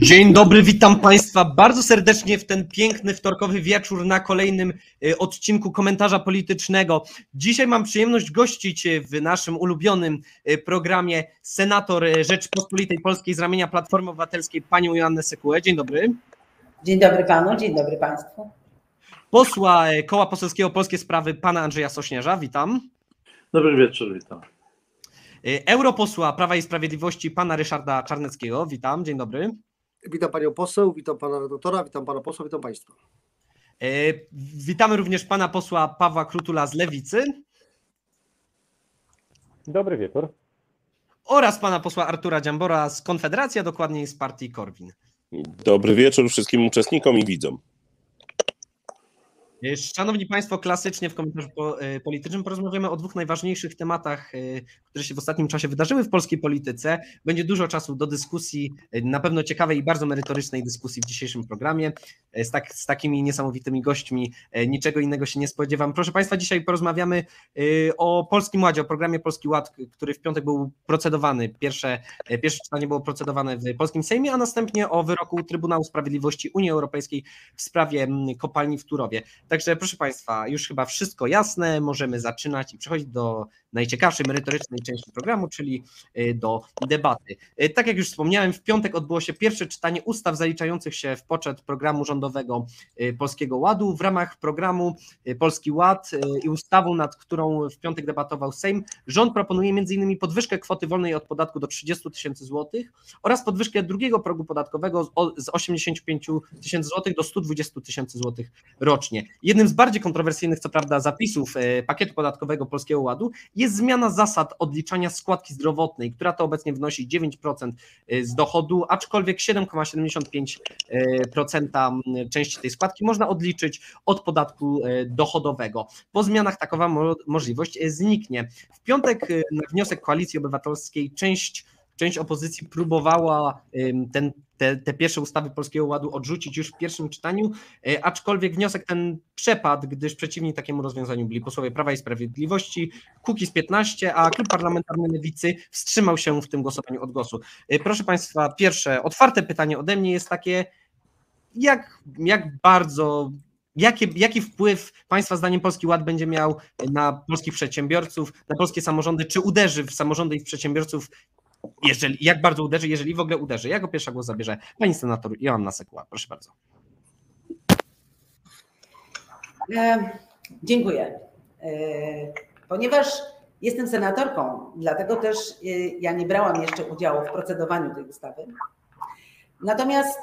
Dzień dobry, witam Państwa bardzo serdecznie w ten piękny wtorkowy wieczór na kolejnym odcinku Komentarza Politycznego. Dzisiaj mam przyjemność gościć w naszym ulubionym programie senator Rzeczypospolitej Polskiej z ramienia Platformy Obywatelskiej panią Joannę Sekułę. Dzień dobry. Dzień dobry panu, dzień dobry państwu. Posła Koła Poselskiego Polskie Sprawy pana Andrzeja Sośnierza, witam. Dobry wieczór, witam. Europosła Prawa i Sprawiedliwości pana Ryszarda Czarneckiego, witam, dzień dobry. Witam panią poseł, witam pana redaktora, witam pana posła, witam państwa. Witamy również pana posła Pawła Krutula z Lewicy. Dobry wieczór. Oraz pana posła Artura Dziambora z Konfederacji, a dokładniej z partii Korwin. Dobry wieczór wszystkim uczestnikom i widzom. Szanowni Państwo, klasycznie w komentarzu politycznym porozmawiamy o dwóch najważniejszych tematach, które się w ostatnim czasie wydarzyły w polskiej polityce. Będzie dużo czasu do dyskusji, na pewno ciekawej i bardzo merytorycznej dyskusji w dzisiejszym programie. Z takimi niesamowitymi gośćmi niczego innego się nie spodziewam. Proszę Państwa, dzisiaj porozmawiamy o Polskim Ładzie, o programie Polski Ład, który w piątek był procedowany. Pierwsze czytanie było procedowane w polskim Sejmie, a następnie o wyroku Trybunału Sprawiedliwości Unii Europejskiej w sprawie kopalni w Turowie. Także proszę Państwa, już chyba wszystko jasne, możemy zaczynać i przechodzić do najciekawszej, merytorycznej części programu, czyli do debaty. Tak jak już wspomniałem, w piątek odbyło się pierwsze czytanie ustaw zaliczających się w poczet programu rządowego Polskiego Ładu. W ramach programu Polski Ład i ustawą, nad którą w piątek debatował Sejm, rząd proponuje m.in. podwyżkę kwoty wolnej od podatku do 30 tysięcy złotych oraz podwyżkę drugiego progu podatkowego z 85 tysięcy złotych do 120 tysięcy złotych rocznie. Jednym z bardziej kontrowersyjnych, co prawda, zapisów pakietu podatkowego Polskiego Ładu jest zmiana zasad odliczania składki zdrowotnej, która to obecnie wynosi 9% z dochodu, aczkolwiek 7,75% części tej składki można odliczyć od podatku dochodowego. Po zmianach takowa możliwość zniknie. W piątek na wniosek Koalicji Obywatelskiej część opozycji próbowała te pierwsze ustawy Polskiego Ładu odrzucić już w pierwszym czytaniu, aczkolwiek wniosek ten przepadł, gdyż przeciwni takiemu rozwiązaniu byli posłowie Prawa i Sprawiedliwości, Kukiz 15, a Klub Parlamentarny Lewicy wstrzymał się w tym głosowaniu od głosu. Proszę Państwa, pierwsze otwarte pytanie ode mnie jest takie, jaki wpływ Państwa zdaniem Polski Ład będzie miał na polskich przedsiębiorców, na polskie samorządy, czy uderzy w samorządy i w przedsiębiorców? Jak bardzo uderzy, jeżeli w ogóle uderzy? Jako pierwsza głos zabierze pani senator Joanna Sekuła. Proszę bardzo. Dziękuję. Ponieważ jestem senatorką, dlatego też ja nie brałam jeszcze udziału w procedowaniu tej ustawy. Natomiast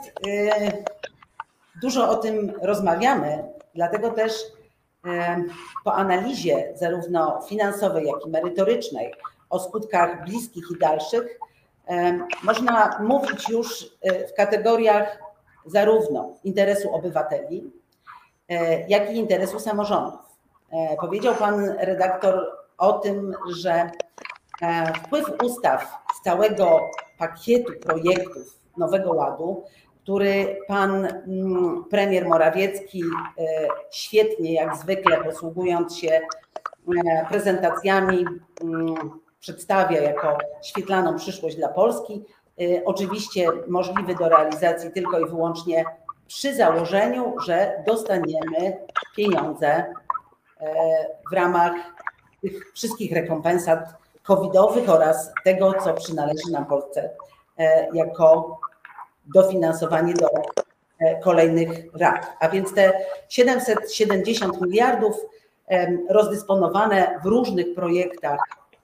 dużo o tym rozmawiamy, dlatego też po analizie zarówno finansowej, jak i merytorycznej o skutkach bliskich i dalszych, można mówić już w kategoriach zarówno interesu obywateli, jak i interesu samorządów. Powiedział pan redaktor o tym, że wpływ ustaw z całego pakietu projektów Nowego Ładu, który pan premier Morawiecki świetnie, jak zwykle posługując się prezentacjami, przedstawia jako świetlaną przyszłość dla Polski, oczywiście możliwy do realizacji tylko i wyłącznie przy założeniu, że dostaniemy pieniądze w ramach tych wszystkich rekompensat covidowych oraz tego, co przynależy nam Polsce jako dofinansowanie do kolejnych lat. A więc te 770 miliardów rozdysponowane w różnych projektach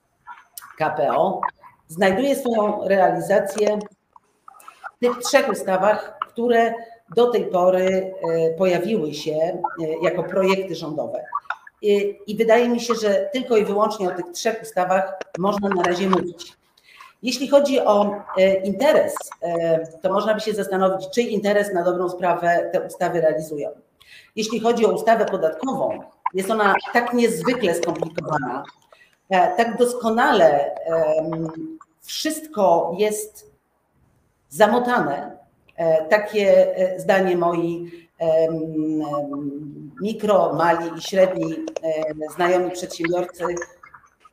KPO znajduje swoją realizację w tych trzech ustawach, które do tej pory pojawiły się jako projekty rządowe. I wydaje mi się, że tylko i wyłącznie o tych trzech ustawach można na razie mówić. Jeśli chodzi o interes, to można by się zastanowić, czyj interes na dobrą sprawę te ustawy realizują. Jeśli chodzi o ustawę podatkową, jest ona tak niezwykle skomplikowana, tak doskonale wszystko jest zamotane. Takie zdanie moi mikro, mali i średni znajomi przedsiębiorcy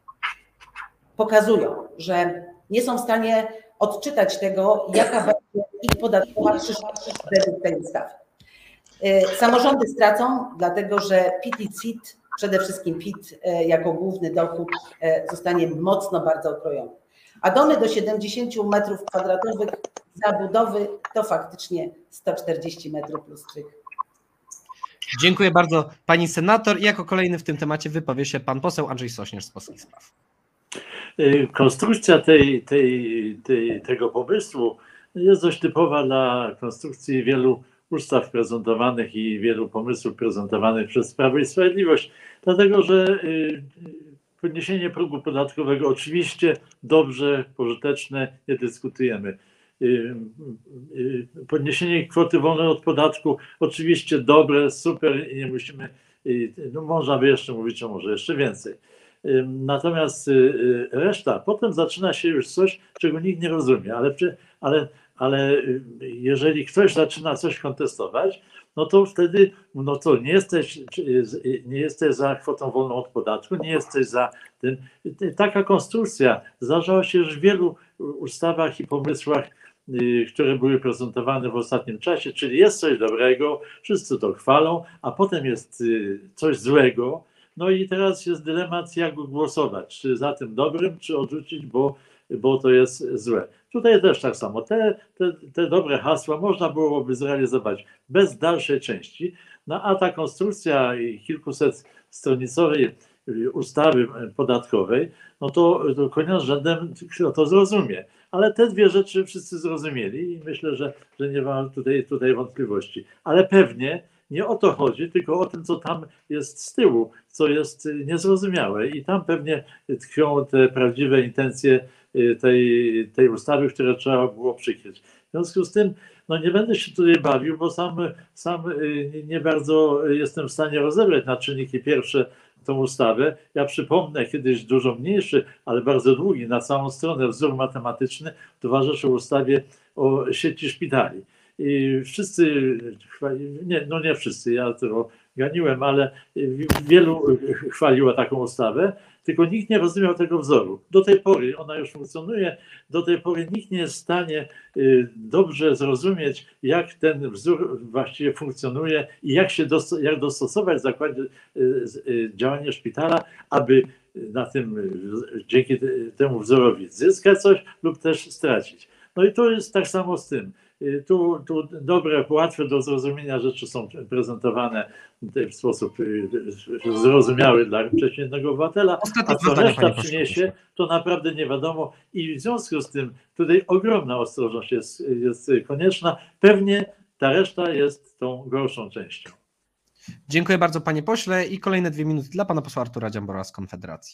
pokazują, że nie są w stanie odczytać tego, jaka będzie ich podatkowa przyszła według tej ustawy. Samorządy stracą, dlatego że PIT i CIT, przede wszystkim PIT jako główny dochód zostanie mocno bardzo okrojony. A domy do 70 m2 zabudowy to faktycznie 140 metrów plus stryk. Dziękuję bardzo pani senator. I jako kolejny w tym temacie wypowie się pan poseł Andrzej Sośnierz z Polskich Spraw. Konstrukcja tego pomysłu jest dość typowa dla konstrukcji wielu ustaw prezentowanych i wielu pomysłów prezentowanych przez Prawo i Sprawiedliwość, dlatego że podniesienie progu podatkowego oczywiście dobrze, pożyteczne, nie dyskutujemy. Podniesienie kwoty wolnej od podatku oczywiście dobre, super i nie musimy, no można by jeszcze mówić, a może jeszcze więcej. Natomiast reszta, potem zaczyna się już coś, czego nikt nie rozumie, ale jeżeli ktoś zaczyna coś kontestować, no to wtedy no to nie jesteś za kwotą wolną od podatku, nie jesteś za tym. Taka konstrukcja zdarzała się już w wielu ustawach i pomysłach, które były prezentowane w ostatnim czasie, czyli jest coś dobrego, wszyscy to chwalą, a potem jest coś złego. No i teraz jest dylemat, jak głosować, czy za tym dobrym, czy odrzucić, bo to jest złe. Tutaj też tak samo. Te dobre hasła można byłoby zrealizować bez dalszej części, no a ta konstrukcja kilkusetstronicowej ustawy podatkowej, no to koniec rzędem kto to zrozumie. Ale te dwie rzeczy wszyscy zrozumieli i myślę, że nie ma tutaj wątpliwości. Ale pewnie nie o to chodzi, tylko o tym, co tam jest z tyłu, co jest niezrozumiałe i tam pewnie tkwią te prawdziwe intencje tej ustawy, które trzeba było przykryć. W związku z tym no nie będę się tutaj bawił, bo sam nie bardzo jestem w stanie rozebrać na czynniki pierwsze tą ustawę. Ja przypomnę, kiedyś dużo mniejszy, ale bardzo długi, na całą stronę wzór matematyczny towarzyszył ustawie o sieci szpitali. I wszyscy, nie wszyscy, ja to ganiłem, ale wielu chwaliło taką ustawę, tylko nikt nie rozumiał tego wzoru. Do tej pory ona już funkcjonuje, do tej pory nikt nie jest w stanie dobrze zrozumieć, jak ten wzór właściwie funkcjonuje i jak dostosować w zakładzie działanie szpitala, aby dzięki temu wzorowi zyskać coś lub też stracić. No i to jest tak samo z tym. Tu dobre, łatwe do zrozumienia rzeczy są prezentowane w sposób zrozumiały dla przeciętnego obywatela, a co reszta przyniesie, to naprawdę nie wiadomo i w związku z tym tutaj ogromna ostrożność jest konieczna. Pewnie ta reszta jest tą gorszą częścią. Dziękuję bardzo panie pośle i kolejne 2 minuty dla pana posła Artura Dziambora z Konfederacji.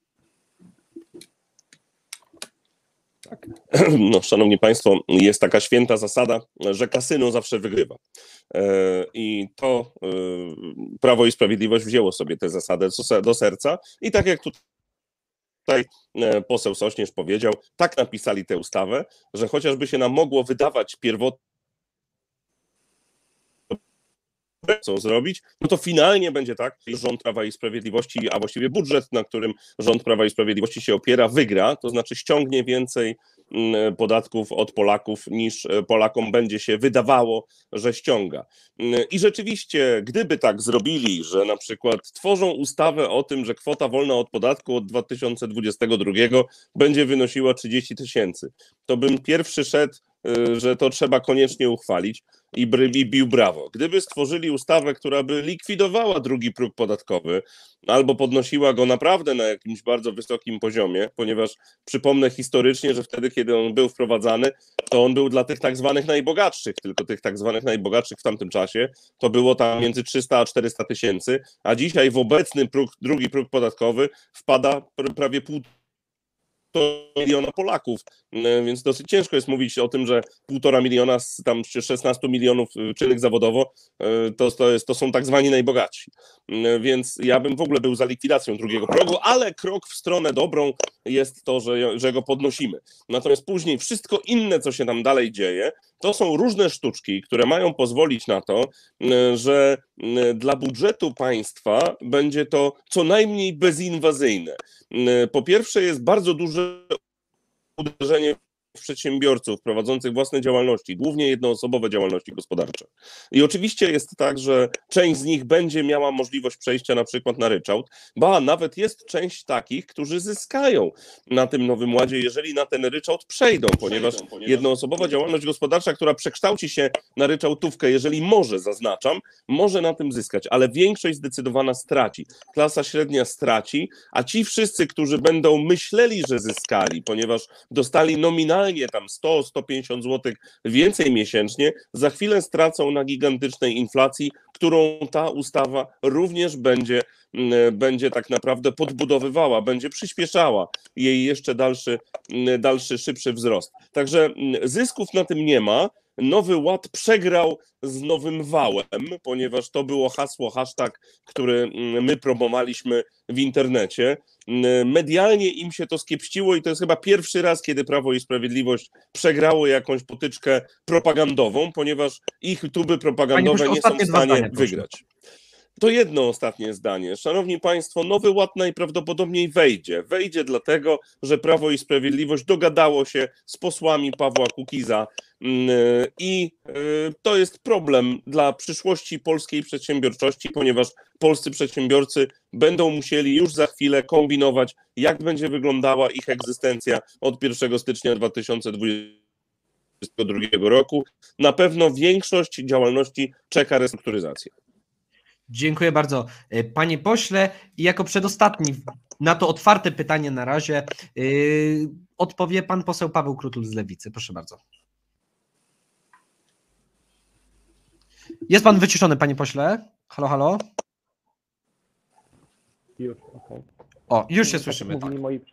Tak. No, szanowni państwo, jest taka święta zasada, że kasyno zawsze wygrywa. I to Prawo i Sprawiedliwość wzięło sobie tę zasadę do serca i tak jak tutaj poseł Sośnierz powiedział, tak napisali tę ustawę, że chociażby się nam mogło wydawać pierwotnie, co zrobić, no to finalnie będzie tak, że rząd Prawa i Sprawiedliwości, a właściwie budżet, na którym rząd Prawa i Sprawiedliwości się opiera, wygra, to znaczy ściągnie więcej podatków od Polaków niż Polakom będzie się wydawało, że ściąga. I rzeczywiście, gdyby tak zrobili, że na przykład tworzą ustawę o tym, że kwota wolna od podatku od 2022 będzie wynosiła 30 000, to bym pierwszy szedł, że to trzeba koniecznie uchwalić i bił brawo. Gdyby stworzyli ustawę, która by likwidowała drugi próg podatkowy albo podnosiła go naprawdę na jakimś bardzo wysokim poziomie, ponieważ przypomnę historycznie, że wtedy, kiedy on był wprowadzany, to on był dla tych tak zwanych najbogatszych, tylko tych tak zwanych najbogatszych w tamtym czasie to było tam między 300 a 400 000, a dzisiaj w obecny drugi próg podatkowy wpada prawie 1,5 miliona Polaków, więc dosyć ciężko jest mówić o tym, że 1,5 miliona z tam 16 milionów czynnych zawodowo to są tak zwani najbogatsi. Więc ja bym w ogóle był za likwidacją drugiego progu, ale krok w stronę dobrą jest to, że go podnosimy. Natomiast później wszystko inne, co się tam dalej dzieje, to są różne sztuczki, które mają pozwolić na to, że dla budżetu państwa będzie to co najmniej bezinwazyjne. Po pierwsze jest bardzo duże uderzenie przedsiębiorców prowadzących własne działalności, głównie jednoosobowe działalności gospodarcze. I oczywiście jest tak, że część z nich będzie miała możliwość przejścia na przykład na ryczałt, ba, nawet jest część takich, którzy zyskają na tym Nowym Ładzie, jeżeli na ten ryczałt przejdą, ponieważ jednoosobowa działalność gospodarcza, która przekształci się na ryczałtówkę, jeżeli może, zaznaczam, może na tym zyskać, ale większość zdecydowana straci. Klasa średnia straci, a ci wszyscy, którzy będą myśleli, że zyskali, ponieważ dostali nominalnie tam 100-150 zł więcej miesięcznie, za chwilę stracą na gigantycznej inflacji, którą ta ustawa również będzie tak naprawdę podbudowywała, będzie przyspieszała jej jeszcze dalszy szybszy wzrost. Także zysków na tym nie ma. Nowy Ład przegrał z Nowym Wałem, ponieważ to było hasło, hashtag, który my promowaliśmy w internecie. Medialnie im się to skiepściło i to jest chyba pierwszy raz, kiedy Prawo i Sprawiedliwość przegrało jakąś potyczkę propagandową, ponieważ ich tuby propagandowe nie są w stanie wygrać. To jedno ostatnie zdanie. Szanowni Państwo, Nowy Ład najprawdopodobniej wejdzie. Wejdzie dlatego, że Prawo i Sprawiedliwość dogadało się z posłami Pawła Kukiza i to jest problem dla przyszłości polskiej przedsiębiorczości, ponieważ polscy przedsiębiorcy będą musieli już za chwilę kombinować, jak będzie wyglądała ich egzystencja od 1 stycznia 2022 roku. Na pewno większość działalności czeka restrukturyzację. Dziękuję bardzo. Panie pośle, i jako przedostatni na to otwarte pytanie na razie odpowie pan poseł Paweł Krutul z Lewicy. Proszę bardzo. Jest pan wyciszony, panie pośle. Halo, halo. Już, okay. O, już się słyszymy. Jak mówili tak. moi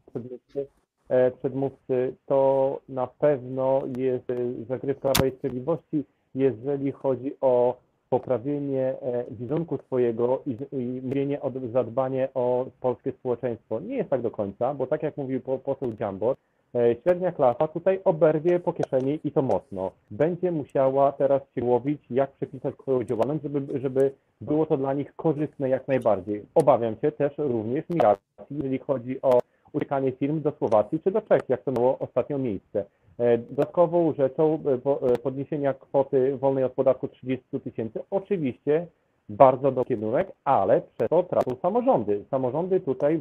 przedmówcy, to na pewno jest zagrywka Prawa i Sprawiedliwości, jeżeli chodzi o poprawienie wizerunku swojego i mówienie o zadbanie o polskie społeczeństwo. Nie jest tak do końca, bo tak jak mówił poseł Dziambor, średnia klasa tutaj oberwie po kieszeni i to mocno. Będzie musiała teraz się łowić, jak przepisać swoją działalność, żeby było to dla nich korzystne jak najbardziej. Obawiam się też również migracji, jeżeli chodzi o uciekanie firm do Słowacji czy do Czech, jak to miało ostatnio miejsce. Dodatkową rzeczą podniesienia kwoty wolnej od podatku 30 000, oczywiście bardzo dobry kierunek, ale przez to tracą samorządy. Samorządy tutaj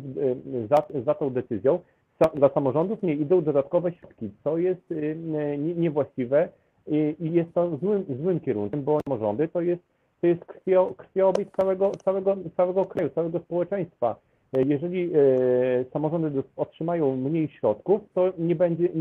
za tą decyzją, dla samorządów nie idą dodatkowe środki, co jest niewłaściwe i jest to złym kierunkiem, bo samorządy to jest krwiobieg całego kraju, całego społeczeństwa. Jeżeli samorządy otrzymają mniej środków, to nie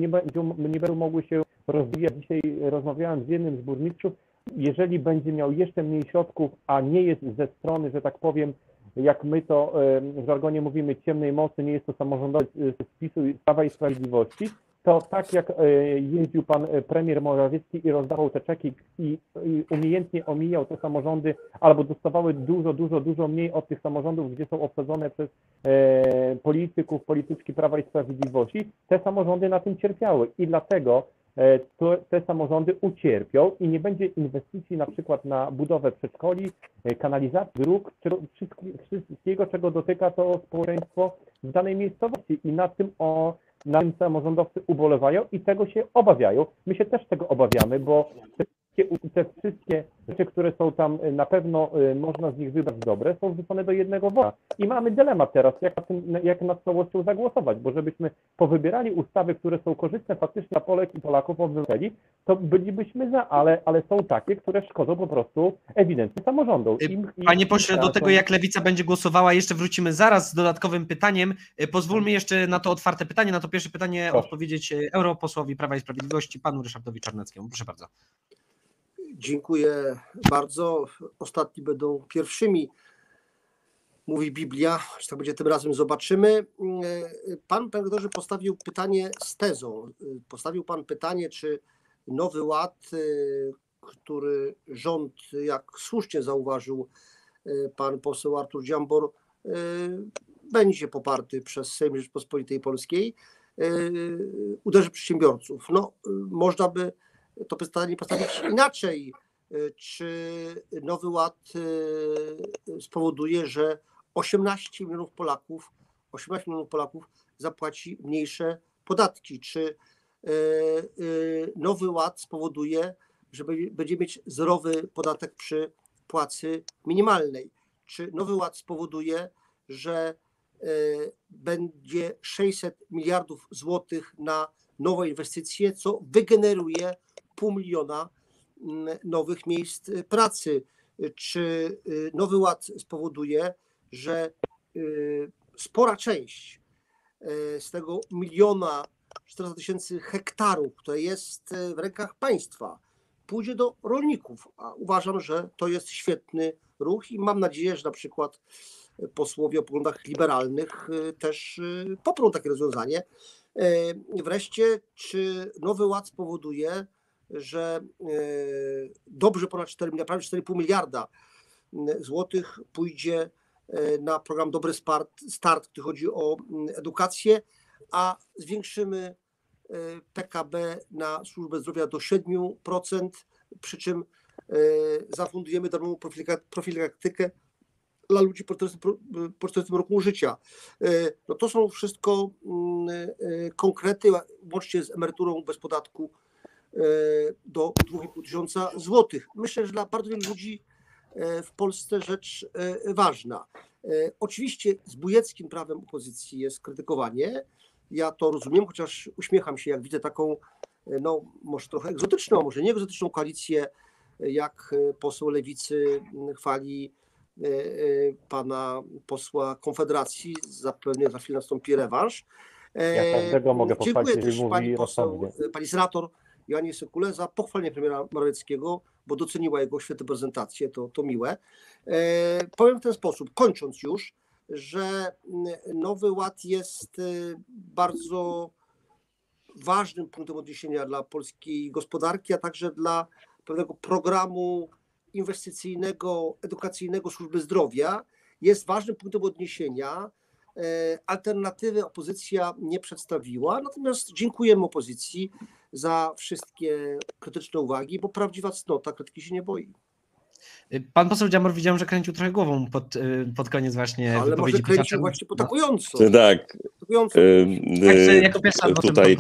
będą mogły się rozwijać. Dzisiaj rozmawiałem z jednym z burmistrzów, jeżeli będzie miał jeszcze mniej środków, a nie jest ze strony, że tak powiem, jak my to w żargonie mówimy, ciemnej mocy, nie jest to samorządowiec z PiS-u i Prawa i Sprawiedliwości, to tak jak jeździł pan premier Morawiecki i rozdawał te czeki i umiejętnie omijał te samorządy, albo dostawały dużo mniej od tych samorządów, gdzie są obsadzone przez polityków, polityczki Prawa i Sprawiedliwości, te samorządy na tym cierpiały i dlatego te samorządy ucierpią i nie będzie inwestycji na przykład na budowę przedszkoli, kanalizacji, dróg, wszystkiego, czego dotyka to społeczeństwo w danej miejscowości i na tym samorządowcy ubolewają i tego się obawiają. My się też tego obawiamy, bo te wszystkie rzeczy, które są tam, na pewno można z nich wybrać dobre, są wrzucone do jednego wora. I mamy dylemat teraz, jak nad całością zagłosować, bo żebyśmy powybierali ustawy, które są korzystne faktycznie dla Polek i Polaków, obywateli, to bylibyśmy za, ale są takie, które szkodzą po prostu ewidentnie samorządom. Panie pośle, do tego jak Lewica będzie głosowała, jeszcze wrócimy zaraz z dodatkowym pytaniem. Pozwólmy jeszcze na to otwarte pytanie, na to pierwsze pytanie odpowiedzieć europosłowi Prawa i Sprawiedliwości, panu Ryszardowi Czarneckiemu. Proszę bardzo. Dziękuję bardzo. Ostatni będą pierwszymi, mówi Biblia, że tak będzie tym razem, zobaczymy. Pan, panie redaktorze, postawił pytanie z tezą. Postawił pan pytanie, czy Nowy Ład, który rząd, jak słusznie zauważył pan poseł Artur Dziambor, będzie poparty przez Sejm Rzeczypospolitej Polskiej, uderzy przedsiębiorców. No, można by to pytanie postawić inaczej. Czy Nowy Ład spowoduje, że 18 milionów Polaków zapłaci mniejsze podatki? Czy Nowy Ład spowoduje, że będziemy mieć zerowy podatek przy płacy minimalnej. Czy Nowy Ład spowoduje, że będzie 600 miliardów złotych na nowe inwestycje, co wygeneruje 500 000 nowych miejsc pracy? Czy Nowy Ład spowoduje, że spora część z tego 1 400 000 hektarów, które jest w rękach państwa, pójdzie do rolników? A uważam, że to jest świetny ruch i mam nadzieję, że na przykład posłowie o poglądach liberalnych też poprą takie rozwiązanie. Wreszcie, czy Nowy Ład spowoduje, że dobrze ponad 4,5 miliarda złotych pójdzie na program Dobry Start, który chodzi o edukację, a zwiększymy PKB na służbę zdrowia do 7%, przy czym zafundujemy darmową profilaktykę dla ludzi po 40 roku życia. No to są wszystko konkrety, łącznie z emeryturą bez podatku do 2500 złotych. Myślę, że dla bardzo wielu ludzi w Polsce rzecz ważna. Oczywiście zbójeckim prawem opozycji jest krytykowanie. Ja to rozumiem, chociaż uśmiecham się, jak widzę taką, no może trochę egzotyczną, może nie egzotyczną koalicję, jak poseł Lewicy chwali pana posła Konfederacji. Zapewne za chwilę nastąpi rewanż. Ja każdego mogę pochwalić, Dziękuję jeżeli też pani mówi poseł, rozsądnie. pani senator Joannie Sekule za pochwalenie premiera Morawieckiego, bo doceniła jego świetne prezentacje, to miłe. Powiem w ten sposób, kończąc już, że Nowy Ład jest bardzo ważnym punktem odniesienia dla polskiej gospodarki, a także dla pewnego programu inwestycyjnego, edukacyjnego służby zdrowia. Jest ważnym punktem odniesienia. Alternatywy opozycja nie przedstawiła, natomiast dziękujemy opozycji za wszystkie krytyczne uwagi, bo prawdziwa cnota krytyki się nie boi. Pan poseł Dziambor, widziałem, że kręcił trochę głową pod koniec właśnie Ale wypowiedzi może kręcił pisarza. właśnie potakująco. Tak, Także jako pierwsza tutaj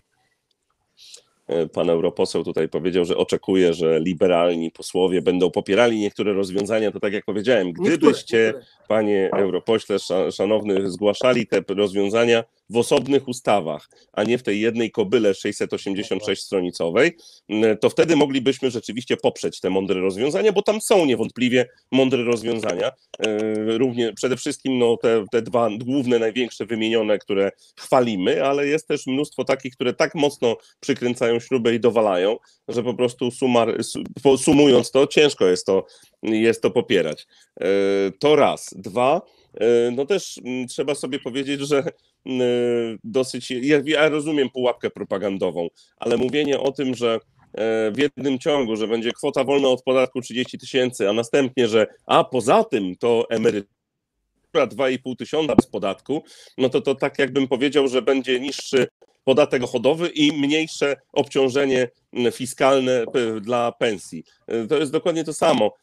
pan europoseł tutaj powiedział, że oczekuje, że liberalni posłowie będą popierali niektóre rozwiązania. To tak jak powiedziałem, gdybyście, panie europośle szanowny, zgłaszali te rozwiązania w osobnych ustawach, a nie w tej jednej kobyle 686-stronicowej, to wtedy moglibyśmy rzeczywiście poprzeć te mądre rozwiązania, bo tam są niewątpliwie mądre rozwiązania. Równie, przede wszystkim no, te dwa główne, największe wymienione, które chwalimy, ale jest też mnóstwo takich, które tak mocno przykręcają śrubę i dowalają, że po prostu sumując to, ciężko jest to popierać. To raz. Dwa, no też trzeba sobie powiedzieć, że dosyć, ja rozumiem pułapkę propagandową, ale mówienie o tym, że w jednym ciągu, że będzie kwota wolna od podatku 30 000, a następnie, że poza tym to emerytura 2500 bez podatku, no to tak jakbym powiedział, że będzie niższy podatek dochodowy i mniejsze obciążenie fiskalne dla pensji. To jest dokładnie to samo.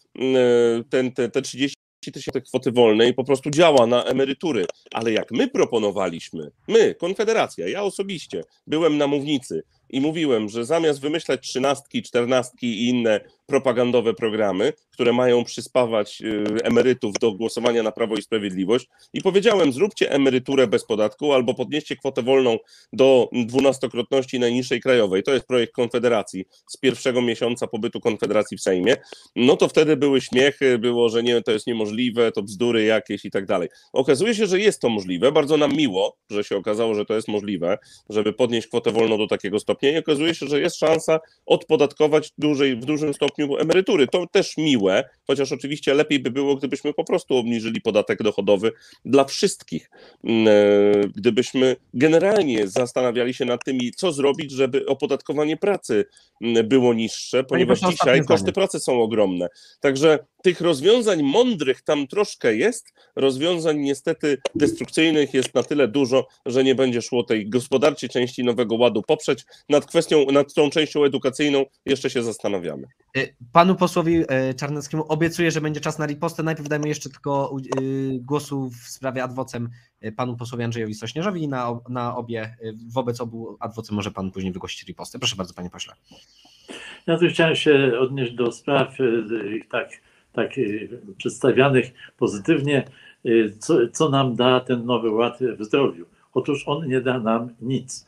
Te 30 000 kwoty wolnej po prostu działa na emerytury, ale jak my proponowaliśmy, Konfederacja, ja osobiście byłem na mównicy i mówiłem, że zamiast wymyślać 13, 14 i inne propagandowe programy, które mają przyspawać emerytów do głosowania na Prawo i Sprawiedliwość, i powiedziałem, zróbcie emeryturę bez podatku albo podnieście kwotę wolną do 12-krotności najniższej krajowej. To jest projekt Konfederacji z pierwszego miesiąca pobytu Konfederacji w Sejmie. No to wtedy były śmiechy, było, że nie, to jest niemożliwe, to bzdury jakieś i tak dalej. Okazuje się, że jest to możliwe. Bardzo nam miło, że się okazało, że to jest możliwe, żeby podnieść kwotę wolną do takiego stopnia i okazuje się, że jest szansa odpodatkować w dużym stopniu emerytury. To też miłe, chociaż oczywiście lepiej by było, gdybyśmy po prostu obniżyli podatek dochodowy dla wszystkich. Gdybyśmy generalnie zastanawiali się nad tym, co zrobić, żeby opodatkowanie pracy było niższe, ponieważ dzisiaj koszty pracy są ogromne. Także tych rozwiązań mądrych tam troszkę jest, rozwiązań niestety destrukcyjnych jest na tyle dużo, że nie będzie szło tej gospodarczej części Nowego Ładu poprzeć. Nad tą częścią edukacyjną jeszcze się zastanawiamy. Panu posłowi Czarneckiemu obiecuję, że będzie czas na ripostę. Najpierw dajmy jeszcze tylko głosu w sprawie ad vocem panu posłowi Andrzejowi Sośnierzowi i na obie, wobec obu ad vocem może pan później wygłosić ripostę. Proszę bardzo, panie pośle. Ja tu chciałem się odnieść do spraw tak przedstawianych pozytywnie, co nam da ten Nowy Ład w zdrowiu. Otóż on nie da nam nic.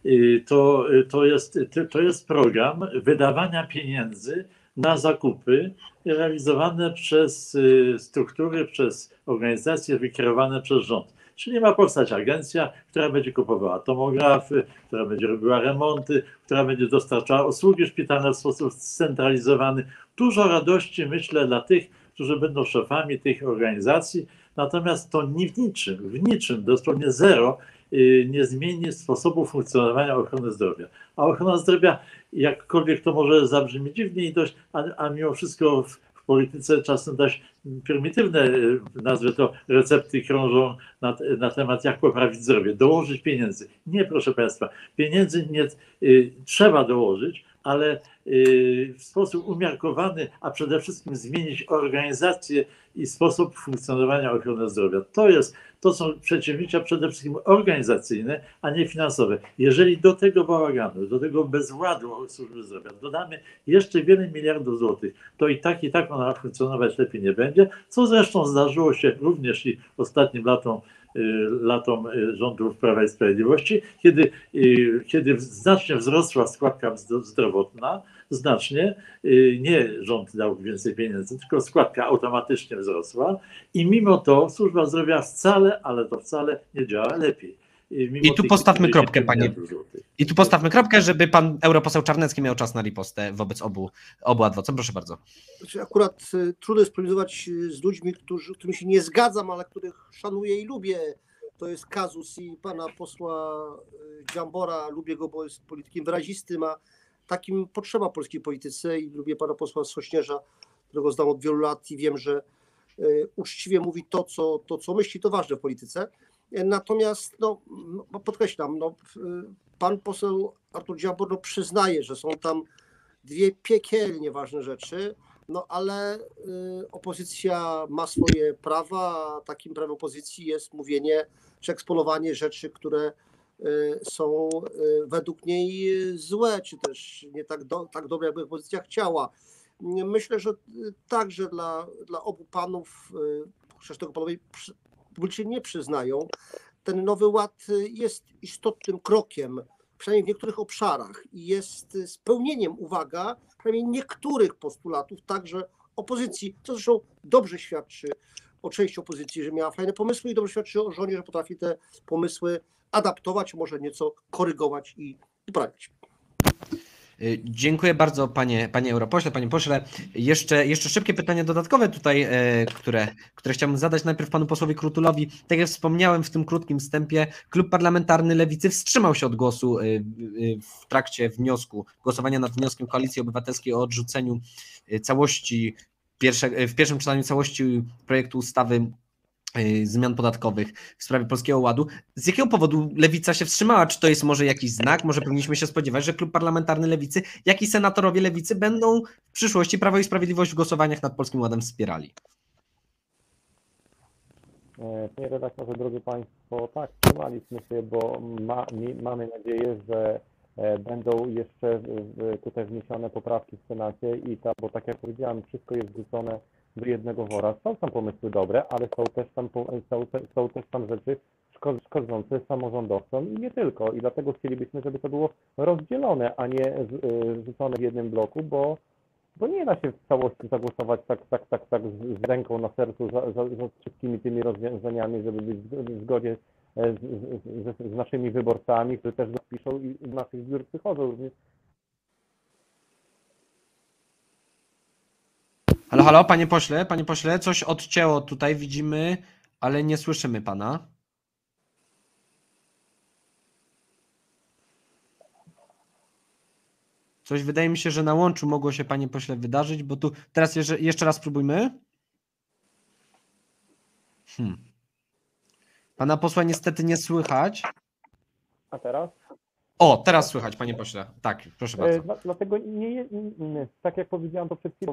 To jest program wydawania pieniędzy na zakupy realizowane przez struktury, przez organizacje wykierowane przez rząd. Czyli ma powstać agencja, która będzie kupowała tomografy, która będzie robiła remonty, która będzie dostarczała usługi szpitalne w sposób scentralizowany. Dużo radości, myślę, dla tych, którzy będą szefami tych organizacji, natomiast to w niczym, dosłownie zero, nie zmieni sposobu funkcjonowania ochrony zdrowia. A ochrona zdrowia, jakkolwiek to może zabrzmi dziwnie i dość, a mimo wszystko w polityce czasem dość prymitywne, nazwę to, recepty krążą na temat, jak poprawić zdrowie, dołożyć pieniędzy. Nie, proszę Państwa, pieniędzy nie trzeba dołożyć, ale w sposób umiarkowany, a przede wszystkim zmienić organizację i sposób funkcjonowania ochrony zdrowia. To są przedsięwzięcia przede wszystkim organizacyjne, a nie finansowe. Jeżeli do tego bałaganu, do tego bezładu służby zdrowia dodamy jeszcze wiele miliardów złotych, to i tak ona funkcjonować lepiej nie będzie, co zresztą zdarzyło się również i ostatnim latom rządów Prawa i Sprawiedliwości, kiedy znacznie wzrosła składka zdrowotna, nie rząd dał więcej pieniędzy, tylko składka automatycznie wzrosła i mimo to służba zdrowia wcale nie działa lepiej. I tu postawmy kropkę, panie. I tu postawmy kropkę, żeby pan europoseł Czarnecki miał czas na ripostę wobec obu adwocem. Proszę bardzo. Znaczy akurat trudno jest polemizować z ludźmi, którymi się nie zgadzam, ale których szanuję i lubię. To jest kazus i pana posła Dziambora. Lubię go, bo jest politykiem wyrazistym, a takim potrzeba polskiej polityce i lubię pana posła Sośnierza, którego znam od wielu lat i wiem, że uczciwie mówi to, co myśli, to ważne w polityce. Natomiast podkreślam, pan poseł Artur Dziambor przyznaje, że są tam dwie piekielnie ważne rzeczy, ale opozycja ma swoje prawa, a takim prawem opozycji jest mówienie czy eksponowanie rzeczy, które są według niej złe, czy też nie tak dobre, jakby opozycja chciała. Myślę, że także dla obu panów, chociaż tego panowie publicznie nie przyznają, ten Nowy Ład jest istotnym krokiem, przynajmniej w niektórych obszarach i jest spełnieniem, uwaga, przynajmniej niektórych postulatów, także opozycji, co zresztą dobrze świadczy o części opozycji, że miała fajne pomysły i dobrze świadczy o rządzie, że potrafi te pomysły adaptować, może nieco korygować i poprawiać. Dziękuję bardzo panie europośle, panie pośle. Jeszcze szybkie pytanie dodatkowe tutaj, które chciałbym zadać najpierw panu posłowi Krutulowi. Tak jak wspomniałem w tym krótkim wstępie, Klub Parlamentarny Lewicy wstrzymał się od głosu w trakcie głosowania nad wnioskiem Koalicji Obywatelskiej o odrzuceniu całości, w pierwszym czytaniu całości projektu ustawy zmian podatkowych w sprawie Polskiego Ładu. Z jakiego powodu Lewica się wstrzymała? Czy to jest może jakiś znak? Może powinniśmy się spodziewać, że Klub Parlamentarny Lewicy, jak i senatorowie Lewicy będą w przyszłości Prawo i Sprawiedliwość w głosowaniach nad Polskim Ładem wspierali? Panie redaktorze, drodzy Państwo, tak, wstrzymaliśmy się, bo mamy nadzieję, że będą jeszcze tutaj wniesione poprawki w Senacie bo tak jak powiedziałem, wszystko jest wrzucone do jednego wora. Są tam pomysły dobre, ale są też tam rzeczy szkodzące samorządowcom i nie tylko. I dlatego chcielibyśmy, żeby to było rozdzielone, a nie wrzucone w jednym bloku, bo nie da się w całości zagłosować tak z ręką na sercu za wszystkimi tymi rozwiązaniami, żeby być w zgodzie z naszymi wyborcami, którzy też zapiszą i do naszych biur przychodzą również. Halo, panie pośle, coś odcięło tutaj, widzimy, ale nie słyszymy pana. Coś wydaje mi się, że na łączu mogło się, panie pośle, wydarzyć, bo tu teraz jeszcze raz spróbujmy. Pana posła niestety nie słychać. A teraz? O, teraz słychać, panie pośle. Tak, proszę bardzo. Dlatego tak jak powiedziałam to przed chwilą,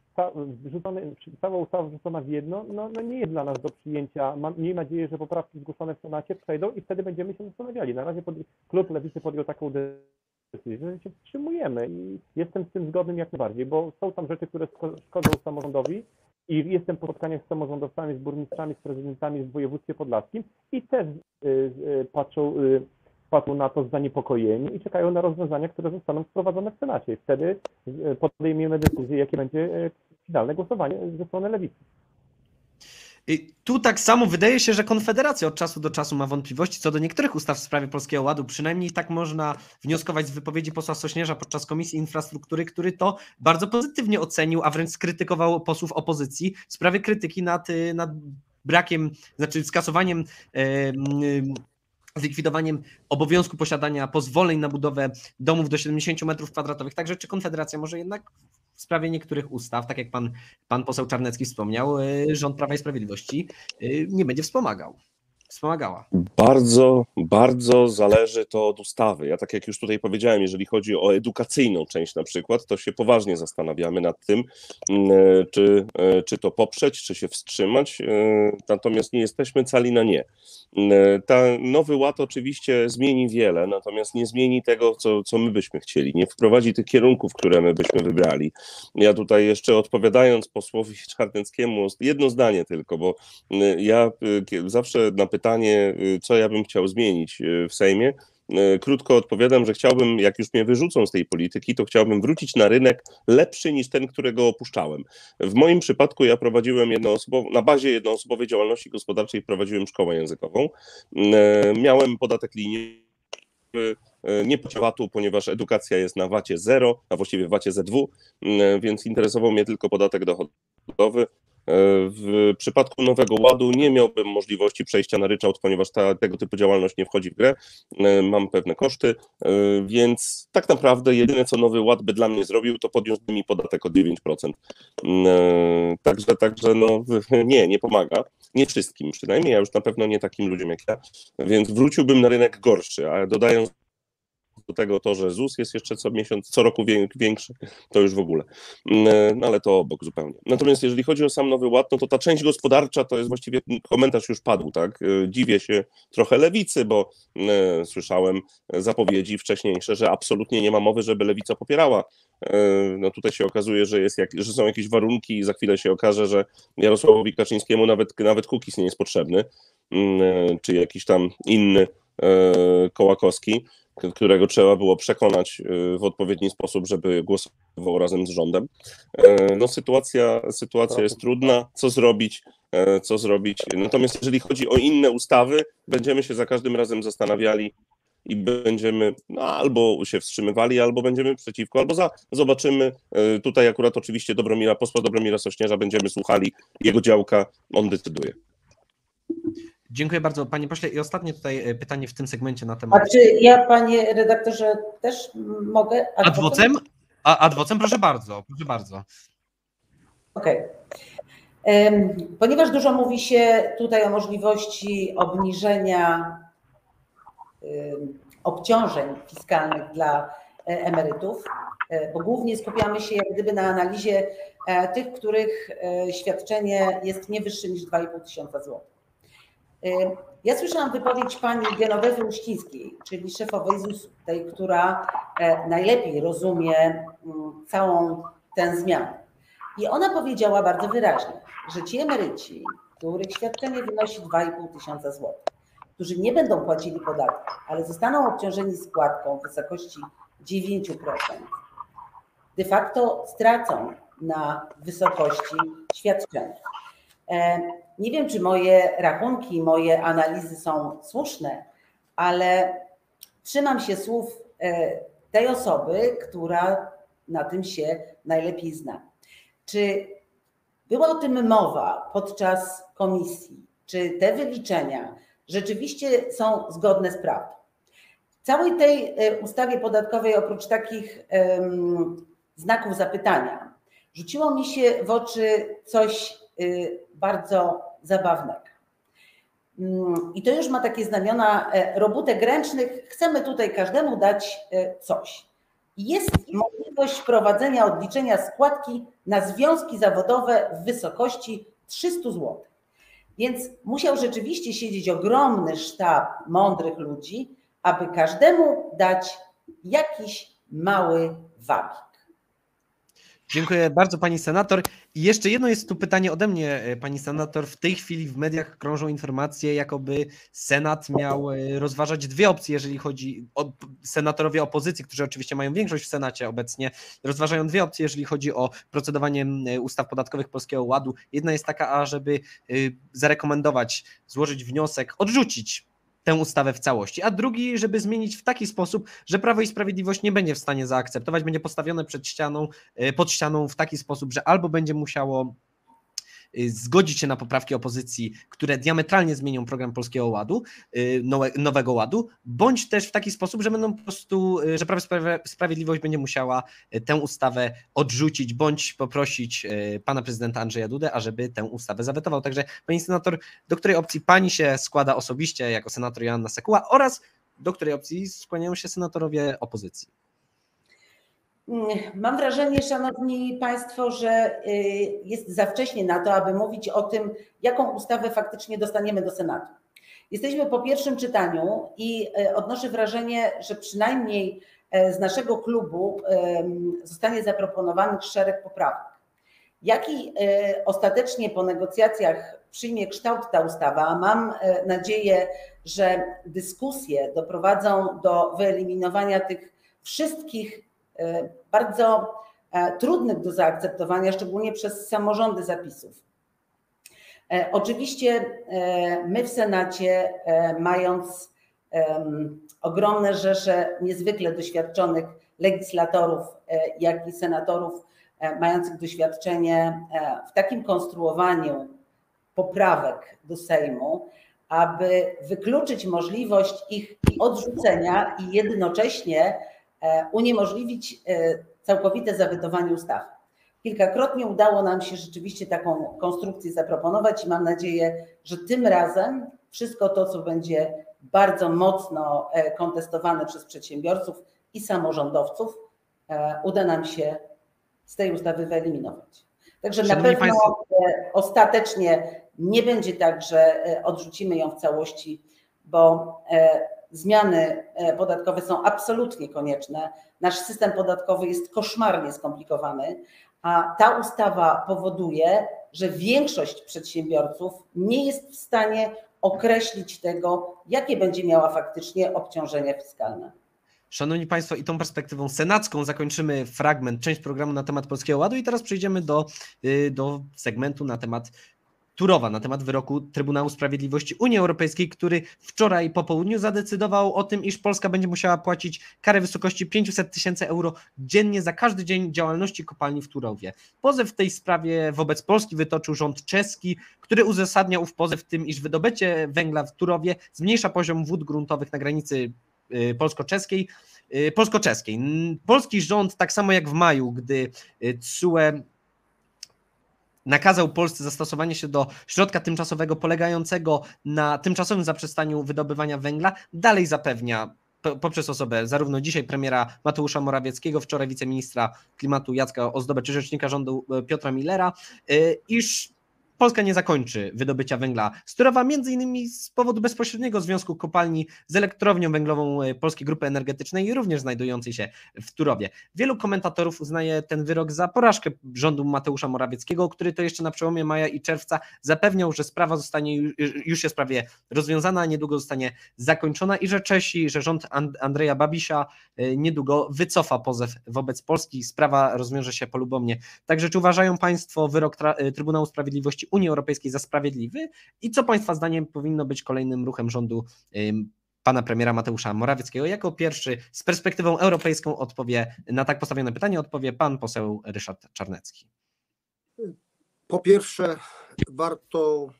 cała ustawa wrzucona w jedno, no nie jest dla nas do przyjęcia. Miejmy nadzieję, że poprawki zgłoszone w Senacie przejdą i wtedy będziemy się zastanawiali. Na razie klub Lewicy podjął taką decyzję, że się wstrzymujemy i jestem z tym zgodnym jak najbardziej, bo są tam rzeczy, które szkodzą samorządowi i jestem po spotkaniach z samorządowcami, z burmistrzami, z prezydentami w województwie podlaskim i też patrzą na to zaniepokojeni i czekają na rozwiązania, które zostaną wprowadzone w Senacie. I wtedy podejmiemy decyzję, jakie będzie finalne głosowanie ze strony Lewicy. I tu tak samo wydaje się, że Konfederacja od czasu do czasu ma wątpliwości co do niektórych ustaw w sprawie Polskiego Ładu. Przynajmniej tak można wnioskować z wypowiedzi posła Sośnierza podczas Komisji Infrastruktury, który to bardzo pozytywnie ocenił, a wręcz skrytykował posłów opozycji w sprawie krytyki nad brakiem, znaczy skasowaniem, zlikwidowaniem obowiązku posiadania pozwoleń na budowę domów do 70 m2. Także czy Konfederacja może jednak w sprawie niektórych ustaw, tak jak pan poseł Czarnecki wspomniał, rząd Prawa i Sprawiedliwości nie będzie wspomagała? Bardzo, bardzo zależy to od ustawy. Ja tak jak już tutaj powiedziałem, jeżeli chodzi o edukacyjną część na przykład, to się poważnie zastanawiamy nad tym, czy to poprzeć, czy się wstrzymać, natomiast nie jesteśmy cali na nie. Nowy Ład oczywiście zmieni wiele, natomiast nie zmieni tego, co my byśmy chcieli, nie wprowadzi tych kierunków, które my byśmy wybrali. Ja tutaj jeszcze odpowiadając posłowi Czarneckiemu, jedno zdanie tylko, bo ja zawsze na pytanie, co ja bym chciał zmienić w Sejmie, krótko odpowiadam, że chciałbym, jak już mnie wyrzucą z tej polityki, to chciałbym wrócić na rynek lepszy niż ten, którego opuszczałem. W moim przypadku ja prowadziłem na bazie jednoosobowej działalności gospodarczej prowadziłem szkołę językową. Miałem podatek liniowy, nie płaciłem VAT-u, ponieważ edukacja jest na VAT-ie 0, a właściwie VAT-ie Z2, więc interesował mnie tylko podatek dochodowy. W przypadku Nowego Ładu nie miałbym możliwości przejścia na ryczałt, ponieważ tego typu działalność nie wchodzi w grę. Mam pewne koszty, więc tak naprawdę jedyne, co Nowy Ład by dla mnie zrobił, to podniósłby mi podatek o 9%. Także no, nie pomaga. Nie wszystkim przynajmniej, ja już na pewno nie takim ludziom jak ja, więc wróciłbym na rynek gorszy, a dodając do tego to, że ZUS jest jeszcze co roku większy, to już w ogóle. No ale to obok zupełnie. Natomiast jeżeli chodzi o sam Nowy Ład, no to ta część gospodarcza to jest właściwie, komentarz już padł, tak? Dziwię się trochę Lewicy, bo słyszałem zapowiedzi wcześniejsze, że absolutnie nie ma mowy, żeby Lewica popierała. No tutaj się okazuje, że są jakieś warunki i za chwilę się okaże, że Jarosławowi Kaczyńskiemu nawet Kukiz nie jest potrzebny, czy jakiś tam inny Kołakowski, którego trzeba było przekonać w odpowiedni sposób, żeby głosował razem z rządem. No sytuacja jest trudna, co zrobić. Natomiast jeżeli chodzi o inne ustawy, będziemy się za każdym razem zastanawiali i będziemy albo się wstrzymywali, albo będziemy przeciwko, albo za. Zobaczymy. Tutaj akurat oczywiście posła Dobromira Sośnierza będziemy słuchali, jego działka, on decyduje. Dziękuję bardzo, panie pośle. I ostatnie tutaj pytanie w tym segmencie na temat... A czy ja, panie redaktorze, też mogę? Adwocem? Adwocem, proszę bardzo. Okej. Ponieważ dużo mówi się tutaj o możliwości obniżenia obciążeń fiskalnych dla emerytów, bo głównie skupiamy się jak gdyby na analizie tych, których świadczenie jest nie wyższe niż 2,5 tysiąca złotych. Ja słyszałam wypowiedź pani Genowewy Uścińskiej, czyli szefowej ZUS-u, tej, która najlepiej rozumie całą tę zmianę. I ona powiedziała bardzo wyraźnie, że ci emeryci, których świadczenie wynosi 2,5 tysiąca złotych, którzy nie będą płacili podatku, ale zostaną obciążeni składką w wysokości 9%, de facto stracą na wysokości świadczenia. Nie wiem, czy moje rachunki, moje analizy są słuszne, ale trzymam się słów tej osoby, która na tym się najlepiej zna. Czy była o tym mowa podczas komisji? Czy te wyliczenia rzeczywiście są zgodne z prawdą? W całej tej ustawie podatkowej, oprócz takich znaków zapytania, rzuciło mi się w oczy coś bardzo zabawnego. I to już ma takie znamiona robótek ręcznych. Chcemy tutaj każdemu dać coś. Jest możliwość wprowadzenia odliczenia składki na związki zawodowe w wysokości 300 zł. Więc musiał rzeczywiście siedzieć ogromny sztab mądrych ludzi, aby każdemu dać jakiś mały wabik. Dziękuję bardzo pani senator. I jeszcze jedno jest tu pytanie ode mnie, pani senator. W tej chwili w mediach krążą informacje, jakoby Senat miał rozważać dwie opcje, jeżeli chodzi o senatorowie opozycji, którzy oczywiście mają większość w Senacie obecnie, rozważają dwie opcje, jeżeli chodzi o procedowanie ustaw podatkowych Polskiego Ładu. Jedna jest taka, ażeby zarekomendować, złożyć wniosek, odrzucić tę ustawę w całości, a drugi, żeby zmienić w taki sposób, że Prawo i Sprawiedliwość nie będzie w stanie zaakceptować, będzie postawione pod ścianą w taki sposób, że albo będzie musiało zgodzić się na poprawki opozycji, które diametralnie zmienią program Polskiego Ładu, Nowego Ładu, bądź też w taki sposób, że będą po prostu, że Prawo i Sprawiedliwość będzie musiała tę ustawę odrzucić, bądź poprosić pana prezydenta Andrzeja Dudę, ażeby tę ustawę zawetował. Także pani senator, do której opcji pani się składa osobiście jako senator Joanna Sekuła oraz do której opcji skłaniają się senatorowie opozycji? Mam wrażenie, szanowni państwo, że jest za wcześnie na to, aby mówić o tym, jaką ustawę faktycznie dostaniemy do Senatu. Jesteśmy po pierwszym czytaniu i odnoszę wrażenie, że przynajmniej z naszego klubu zostanie zaproponowanych szereg poprawek. Jaki ostatecznie po negocjacjach przyjmie kształt ta ustawa, a mam nadzieję, że dyskusje doprowadzą do wyeliminowania tych wszystkich bardzo trudnych do zaakceptowania, szczególnie przez samorządy zapisów. Oczywiście my w Senacie, mając ogromne rzesze niezwykle doświadczonych legislatorów, jak i senatorów mających doświadczenie w takim konstruowaniu poprawek do Sejmu, aby wykluczyć możliwość ich odrzucenia i jednocześnie uniemożliwić całkowite zawetowanie ustawy. Kilkakrotnie udało nam się rzeczywiście taką konstrukcję zaproponować i mam nadzieję, że tym razem wszystko to, co będzie bardzo mocno kontestowane przez przedsiębiorców i samorządowców, uda nam się z tej ustawy wyeliminować. Także Szanowni na pewno ostatecznie nie będzie tak, że odrzucimy ją w całości, bo zmiany podatkowe są absolutnie konieczne. Nasz system podatkowy jest koszmarnie skomplikowany, a ta ustawa powoduje, że większość przedsiębiorców nie jest w stanie określić tego, jakie będzie miała faktycznie obciążenia fiskalne. Szanowni Państwo, i tą perspektywą senacką zakończymy część programu na temat Polskiego Ładu i teraz przejdziemy do segmentu na temat Turowa, na temat wyroku Trybunału Sprawiedliwości Unii Europejskiej, który wczoraj po południu zadecydował o tym, iż Polska będzie musiała płacić karę w wysokości 500 000 euro dziennie za każdy dzień działalności kopalni w Turowie. Pozew w tej sprawie wobec Polski wytoczył rząd czeski, który uzasadnia ów pozew tym, iż wydobycie węgla w Turowie zmniejsza poziom wód gruntowych na granicy polsko-czeskiej. Polski rząd, tak samo jak w maju, gdy TSUE nakazał Polsce zastosowanie się do środka tymczasowego polegającego na tymczasowym zaprzestaniu wydobywania węgla, dalej zapewnia poprzez osobę zarówno dzisiaj premiera Mateusza Morawieckiego, wczoraj wiceministra klimatu Jacka Ozdobę czy rzecznika rządu Piotra Millera, iż Polska nie zakończy wydobycia węgla z Turowa, między innymi z powodu bezpośredniego związku kopalni z elektrownią węglową Polskiej Grupy Energetycznej, również znajdującej się w Turowie. Wielu komentatorów uznaje ten wyrok za porażkę rządu Mateusza Morawieckiego, który to jeszcze na przełomie maja i czerwca zapewniał, że sprawa już jest prawie rozwiązana, niedługo zostanie zakończona i że że rząd Andrzeja Babisia niedługo wycofa pozew wobec Polski. Sprawa rozwiąże się polubownie. Także czy uważają Państwo wyrok Trybunału Sprawiedliwości Unii Europejskiej za sprawiedliwy i co Państwa zdaniem powinno być kolejnym ruchem rządu pana premiera Mateusza Morawieckiego? Jako pierwszy z perspektywą europejską odpowie na tak postawione pytanie pan poseł Ryszard Czarnecki. Po pierwsze, warto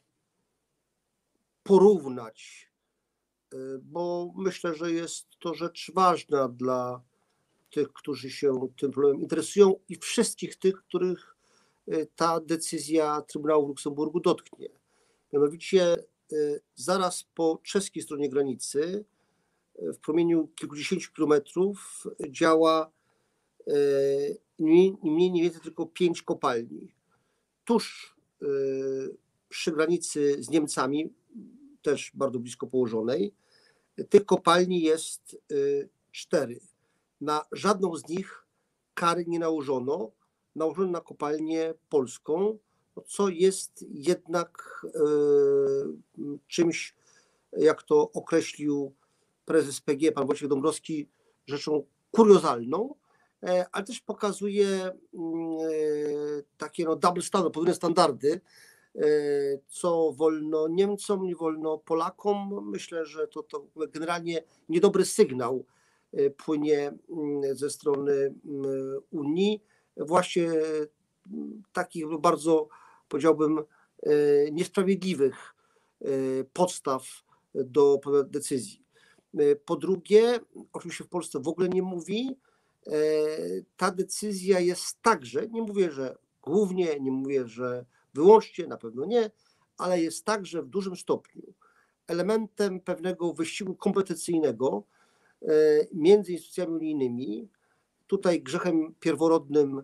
porównać, bo myślę, że jest to rzecz ważna dla tych, którzy się tym problemem interesują i wszystkich tych, których ta decyzja Trybunału w Luksemburgu dotknie. Mianowicie zaraz po czeskiej stronie granicy, w promieniu kilkudziesięciu kilometrów, działa nie więcej tylko 5 kopalni. Tuż przy granicy z Niemcami, też bardzo blisko położonej, tych kopalni jest 4. Na żadną z nich kary nie nałożono. Nałożono na kopalnię polską, co jest jednak czymś, jak to określił prezes PGE, pan Wojciech Dąbrowski, rzeczą kuriozalną, ale też pokazuje takie double standard, podwójne standardy, co wolno Niemcom, nie wolno Polakom. Myślę, że to generalnie niedobry sygnał płynie ze strony Unii, właśnie takich bardzo, powiedziałbym, niesprawiedliwych podstaw do decyzji. Po drugie, o czym się w Polsce w ogóle nie mówi, ta decyzja jest także, nie mówię, że głównie, nie mówię, że wyłącznie, na pewno nie, ale jest także w dużym stopniu elementem pewnego wyścigu kompetencyjnego między instytucjami unijnymi. Tutaj grzechem pierworodnym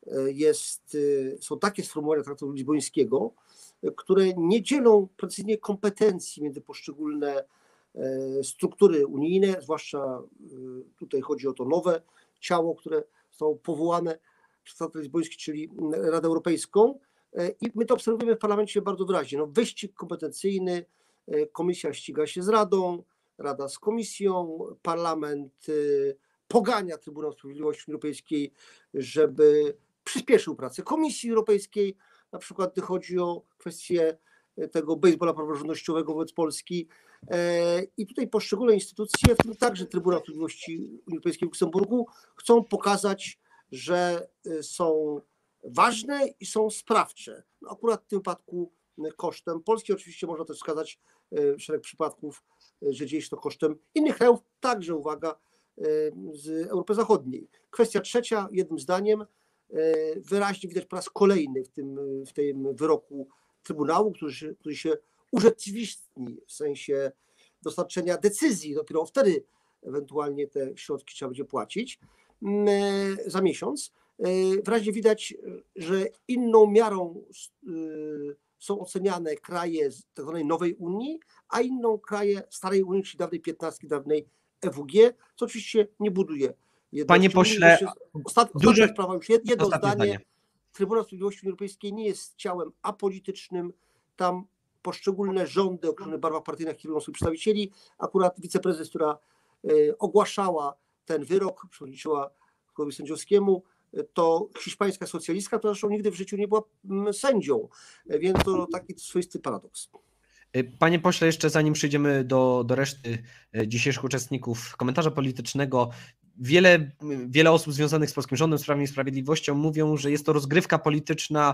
są takie sformułowania traktatu lizbońskiego, które nie dzielą precyzyjnie kompetencji między poszczególne struktury unijne, zwłaszcza tutaj chodzi o to nowe ciało, które zostało powołane przez traktat lizboński, czyli Radę Europejską. I my to obserwujemy w parlamencie bardzo wyraźnie. Wyścig kompetencyjny, komisja ściga się z Radą, Rada z komisją, parlament pogania Trybunał Sprawiedliwości Unii Europejskiej, żeby przyspieszył pracę Komisji Europejskiej, na przykład gdy chodzi o kwestię tego baseballa praworządnościowego wobec Polski. I tutaj poszczególne instytucje, w tym także Trybunał Sprawiedliwości Unii Europejskiej w Luksemburgu, chcą pokazać, że są ważne i są sprawcze. Akurat w tym wypadku kosztem Polski. Oczywiście można też wskazać szereg przypadków, że dzieje się to kosztem innych krajów, także uwaga, z Europy Zachodniej. Kwestia trzecia, jednym zdaniem, wyraźnie widać po raz kolejny w tym wyroku Trybunału, który się urzeczywistni w sensie dostarczenia decyzji, dopiero wtedy ewentualnie te środki trzeba będzie płacić za miesiąc. Wyraźnie widać, że inną miarą są oceniane kraje z tak zwanej nowej Unii, a inną kraje starej Unii, czyli dawnej 15, dawnej EWG, co oczywiście nie buduje jedności. Panie pośle, ostatnia sprawa, już jedno ostatnie zdanie. zdanie. Trybunał Sprawiedliwości Unii Europejskiej nie jest ciałem apolitycznym. Tam poszczególne rządy o określonych barwach partyjnych kierują swoich przedstawicieli. Akurat wiceprezes, która ogłaszała ten wyrok, przewodniczyła zespołowi sędziowskiemu, to hiszpańska socjalistka, która zresztą nigdy w życiu nie była sędzią, więc to taki swoisty paradoks. Panie pośle, jeszcze zanim przejdziemy do reszty dzisiejszych uczestników komentarza politycznego, wiele osób związanych z polskim rządem, z Prawem i Sprawiedliwością mówią, że jest to rozgrywka polityczna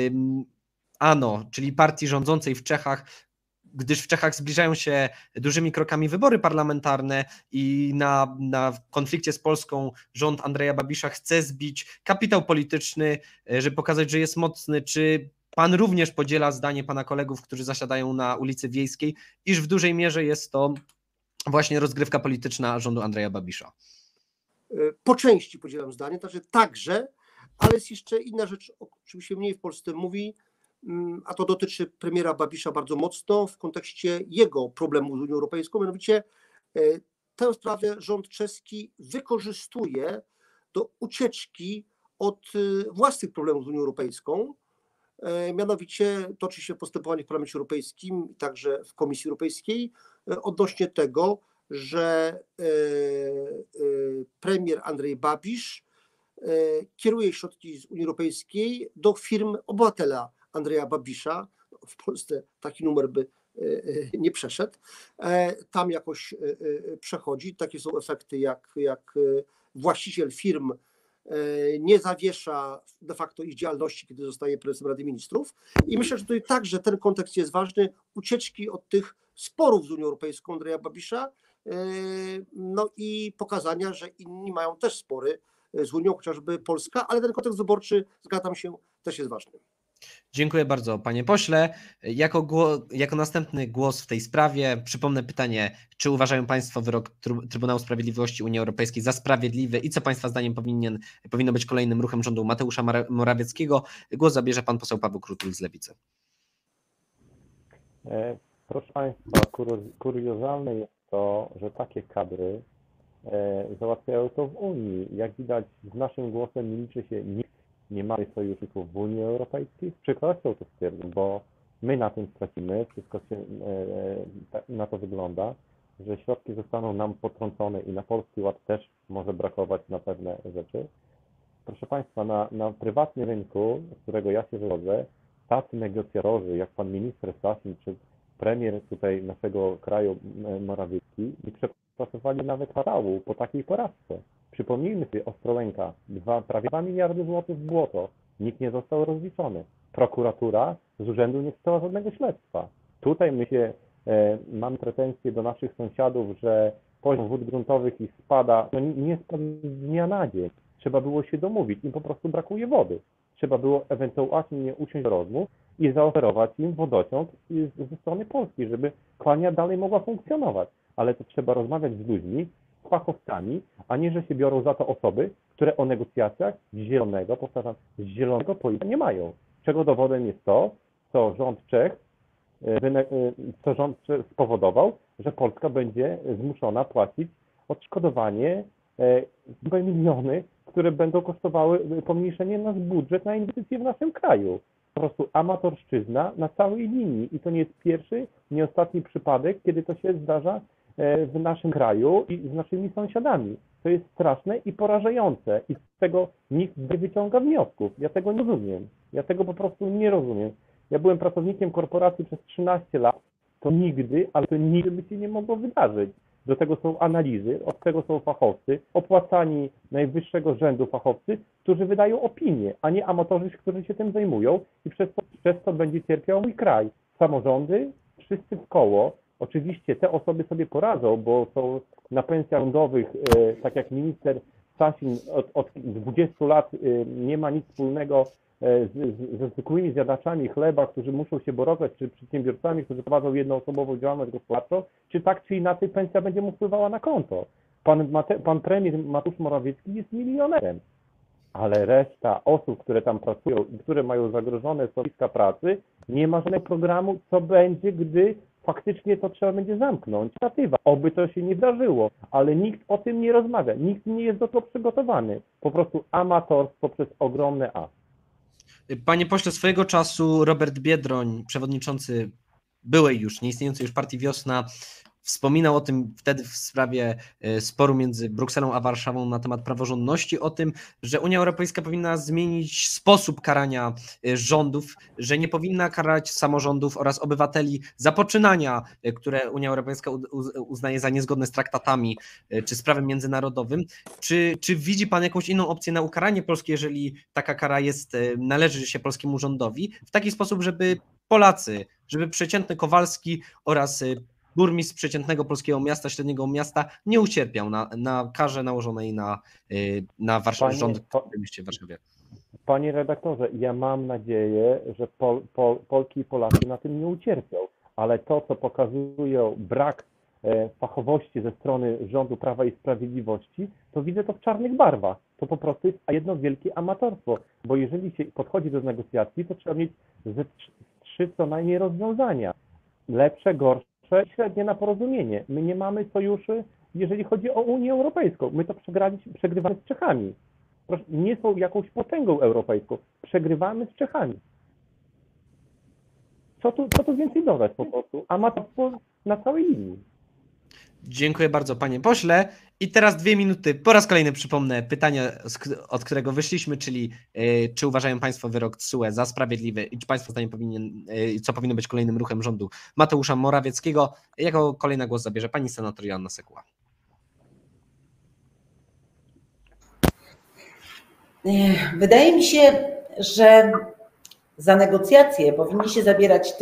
ANO, czyli partii rządzącej w Czechach, gdyż w Czechach zbliżają się dużymi krokami wybory parlamentarne i na konflikcie z Polską rząd Andreja Babisza chce zbić kapitał polityczny, żeby pokazać, że jest mocny. Czy pan również podziela zdanie pana kolegów, którzy zasiadają na ulicy Wiejskiej, iż w dużej mierze jest to właśnie rozgrywka polityczna rządu Andreja Babisza? Po części podzielam zdanie, to znaczy także, ale jest jeszcze inna rzecz, o czym się mniej w Polsce mówi, a to dotyczy premiera Babisza bardzo mocno w kontekście jego problemu z Unią Europejską, mianowicie tę sprawę rząd czeski wykorzystuje do ucieczki od własnych problemów z Unią Europejską. Mianowicie toczy się postępowanie w Parlamencie Europejskim, także w Komisji Europejskiej odnośnie tego, że premier Andrzej Babisz kieruje środki z Unii Europejskiej do firm obywatela Andrzeja Babisza. W Polsce taki numer by nie przeszedł. Tam jakoś przechodzi. Takie są efekty, jak właściciel firm nie zawiesza de facto ich działalności, kiedy zostaje prezesem Rady Ministrów. I myślę, że tutaj także ten kontekst jest ważny, ucieczki od tych sporów z Unią Europejską Andrzeja Babisza, no i pokazania, że inni mają też spory z Unią, chociażby Polska, ale ten kontekst wyborczy, zgadzam się, też jest ważny. Dziękuję bardzo, panie pośle. Jako następny głos w tej sprawie przypomnę pytanie, czy uważają państwo wyrok Trybunału Sprawiedliwości Unii Europejskiej za sprawiedliwy i co państwa zdaniem powinno być kolejnym ruchem rządu Mateusza Morawieckiego? Głos zabierze pan poseł Paweł Krutul z Lewicy. Proszę państwa, kuriozalne jest to, że takie kadry załatwiają to w Unii. Jak widać, z naszym głosem nie liczy się nikt, nie mamy sojuszników w Unii Europejskiej. Z przykrością to stwierdzam, bo my na tym stracimy, wszystko się na to wygląda, że środki zostaną nam potrącone i na Polski Ład też może brakować na pewne rzeczy. Proszę państwa, na prywatnym rynku, z którego ja się wywodzę, tacy negocjatorzy jak pan minister Sasin czy premier tutaj naszego kraju Morawiecki nie przepracowali nawet kwartału po takiej porażce. Przypomnijmy sobie Ostrołęka, prawie 2 miliardy złotych w błoto, nikt nie został rozliczony. Prokuratura z urzędu nie wszczęła żadnego śledztwa. Tutaj mamy pretensje do naszych sąsiadów, że poziom wód gruntowych ich spada, no nie spadł z dnia na dzień. Trzeba było się domówić, im po prostu brakuje wody. Trzeba było ewentualnie usiąść do rozmów i zaoferować im wodociąg ze strony Polski, żeby kopalnia dalej mogła funkcjonować. Ale to trzeba rozmawiać z ludźmi, z fachowcami, a nie, że się biorą za to osoby, które o negocjacjach z zielonego pojęcia nie mają. Czego dowodem jest to, co rząd Czech spowodował, że Polska będzie zmuszona płacić odszkodowanie miliony, które będą kosztowały pomniejszenie nasz budżet na inwestycje w naszym kraju. Po prostu amatorszczyzna na całej linii i to nie jest pierwszy, nie ostatni przypadek, kiedy to się zdarza w naszym kraju i z naszymi sąsiadami. To jest straszne i porażające i z tego nikt nie wyciąga wniosków. Ja tego nie rozumiem. Ja tego po prostu nie rozumiem. Ja byłem pracownikiem korporacji przez 13 lat, to nigdy, ale to nigdy by się nie mogło wydarzyć. Do tego są analizy, od tego są fachowcy, opłacani najwyższego rzędu fachowcy, którzy wydają opinie, a nie amatorzy, którzy się tym zajmują i przez to będzie cierpiał mój kraj. Samorządy, wszyscy w koło. Oczywiście te osoby sobie poradzą, bo są na pensjach rządowych, tak jak minister Sasin od 20 lat nie ma nic wspólnego ze zwykłymi zjadaczami chleba, którzy muszą się borować, czy przedsiębiorcami, którzy prowadzą jednoosobową działalność gospodarczą, czy tak, czy inaczej pensja będzie mu wpływała na konto. Pan premier Mateusz Morawiecki jest milionerem, ale reszta osób, które tam pracują i które mają zagrożone stanowiska pracy, nie ma żadnego programu, co będzie, gdy faktycznie to trzeba będzie zamknąć. Oby to się nie zdarzyło, ale nikt o tym nie rozmawia, nikt nie jest do tego przygotowany. Po prostu amatorstwo przez ogromne A. Panie pośle, swojego czasu Robert Biedroń, przewodniczący byłej już, nieistniejącej już partii Wiosna, wspominał o tym wtedy w sprawie sporu między Brukselą a Warszawą na temat praworządności, o tym, że Unia Europejska powinna zmienić sposób karania rządów, że nie powinna karać samorządów oraz obywateli za poczynania, które Unia Europejska uznaje za niezgodne z traktatami czy z prawem międzynarodowym. Czy widzi pan jakąś inną opcję na ukaranie Polski, jeżeli taka kara należy się polskiemu rządowi, w taki sposób, żeby Polacy, żeby przeciętny Kowalski oraz burmistrz przeciętnego polskiego miasta, średniego miasta nie ucierpiał na karze nałożonej na rząd w Warszawie? Panie redaktorze, ja mam nadzieję, że Polki i Polacy na tym nie ucierpią, ale to, co pokazuje brak fachowości ze strony rządu Prawa i Sprawiedliwości, to widzę to w czarnych barwach. To po prostu jest jedno wielkie amatorstwo, bo jeżeli się podchodzi do negocjacji, to trzeba mieć ze 3 co najmniej rozwiązania. Lepsze, gorsze, średnie na porozumienie. My nie mamy sojuszy, jeżeli chodzi o Unię Europejską. My to przegrywamy z Czechami. Nie są jakąś potęgą europejską. Przegrywamy z Czechami. Co tu więcej dodać po prostu? Amatorstwo na całej linii. Dziękuję bardzo, panie pośle. I teraz 2 minuty. Po raz kolejny przypomnę pytanie, od którego wyszliśmy, czyli czy uważają państwo wyrok TSUE za sprawiedliwy i czy państwo zdaniem co powinno być kolejnym ruchem rządu Mateusza Morawieckiego. Jako kolejna głos zabierze pani senator Joanna Sekuła. Wydaje mi się, że za negocjacje powinni się zabierać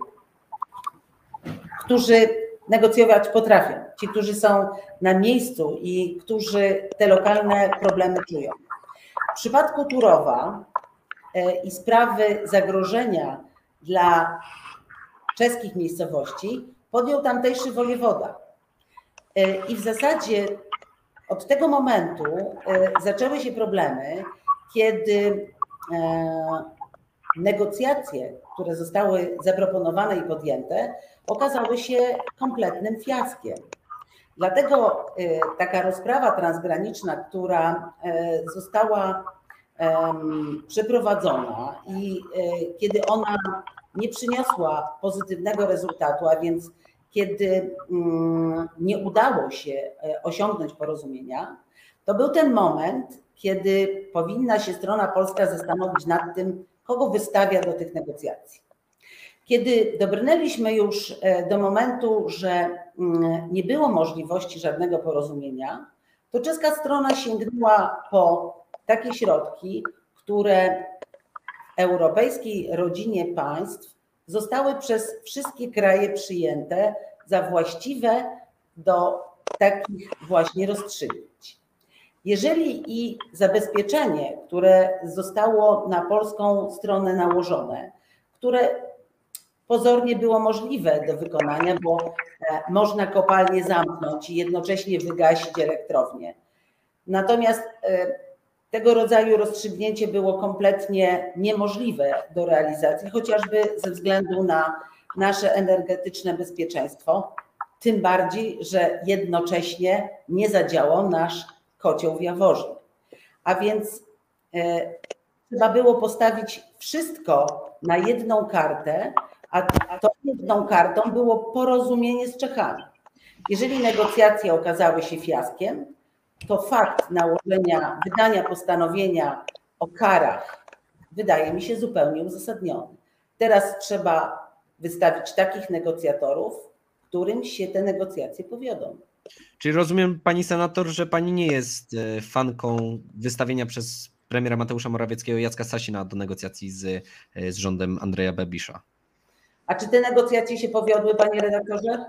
którzy negocjować potrafią, ci, którzy są na miejscu i którzy te lokalne problemy czują. W przypadku Turowa i sprawy zagrożenia dla czeskich miejscowości podjął tamtejszy wojewoda. I w zasadzie od tego momentu zaczęły się problemy, kiedy negocjacje, które zostały zaproponowane i podjęte, okazały się kompletnym fiaskiem. Dlatego taka rozprawa transgraniczna, która została przeprowadzona i kiedy ona nie przyniosła pozytywnego rezultatu, a więc kiedy nie udało się osiągnąć porozumienia, to był ten moment, kiedy powinna się strona polska zastanowić nad tym, kogo wystawia do tych negocjacji. Kiedy dobrnęliśmy już do momentu, że nie było możliwości żadnego porozumienia, to czeska strona sięgnęła po takie środki, które w europejskiej rodzinie państw zostały przez wszystkie kraje przyjęte za właściwe do takich właśnie rozstrzygnięć. Jeżeli i zabezpieczenie, które zostało na polską stronę nałożone, które pozornie było możliwe do wykonania, bo można kopalnię zamknąć i jednocześnie wygasić elektrownię. Natomiast tego rodzaju rozstrzygnięcie było kompletnie niemożliwe do realizacji, chociażby ze względu na nasze energetyczne bezpieczeństwo, tym bardziej, że jednocześnie nie zadziałał nasz kocioł w Jaworznie. A więc trzeba było postawić wszystko na jedną kartę, a tą jedną kartą było porozumienie z Czechami. Jeżeli negocjacje okazały się fiaskiem, to fakt nałożenia, wydania postanowienia o karach wydaje mi się zupełnie uzasadniony. Teraz trzeba wystawić takich negocjatorów, którym się te negocjacje powiodą. Czyli rozumiem, pani senator, że pani nie jest fanką wystawienia przez premiera Mateusza Morawieckiego Jacka Sasina do negocjacji z rządem Andreja Babisza. A czy te negocjacje się powiodły, panie redaktorze?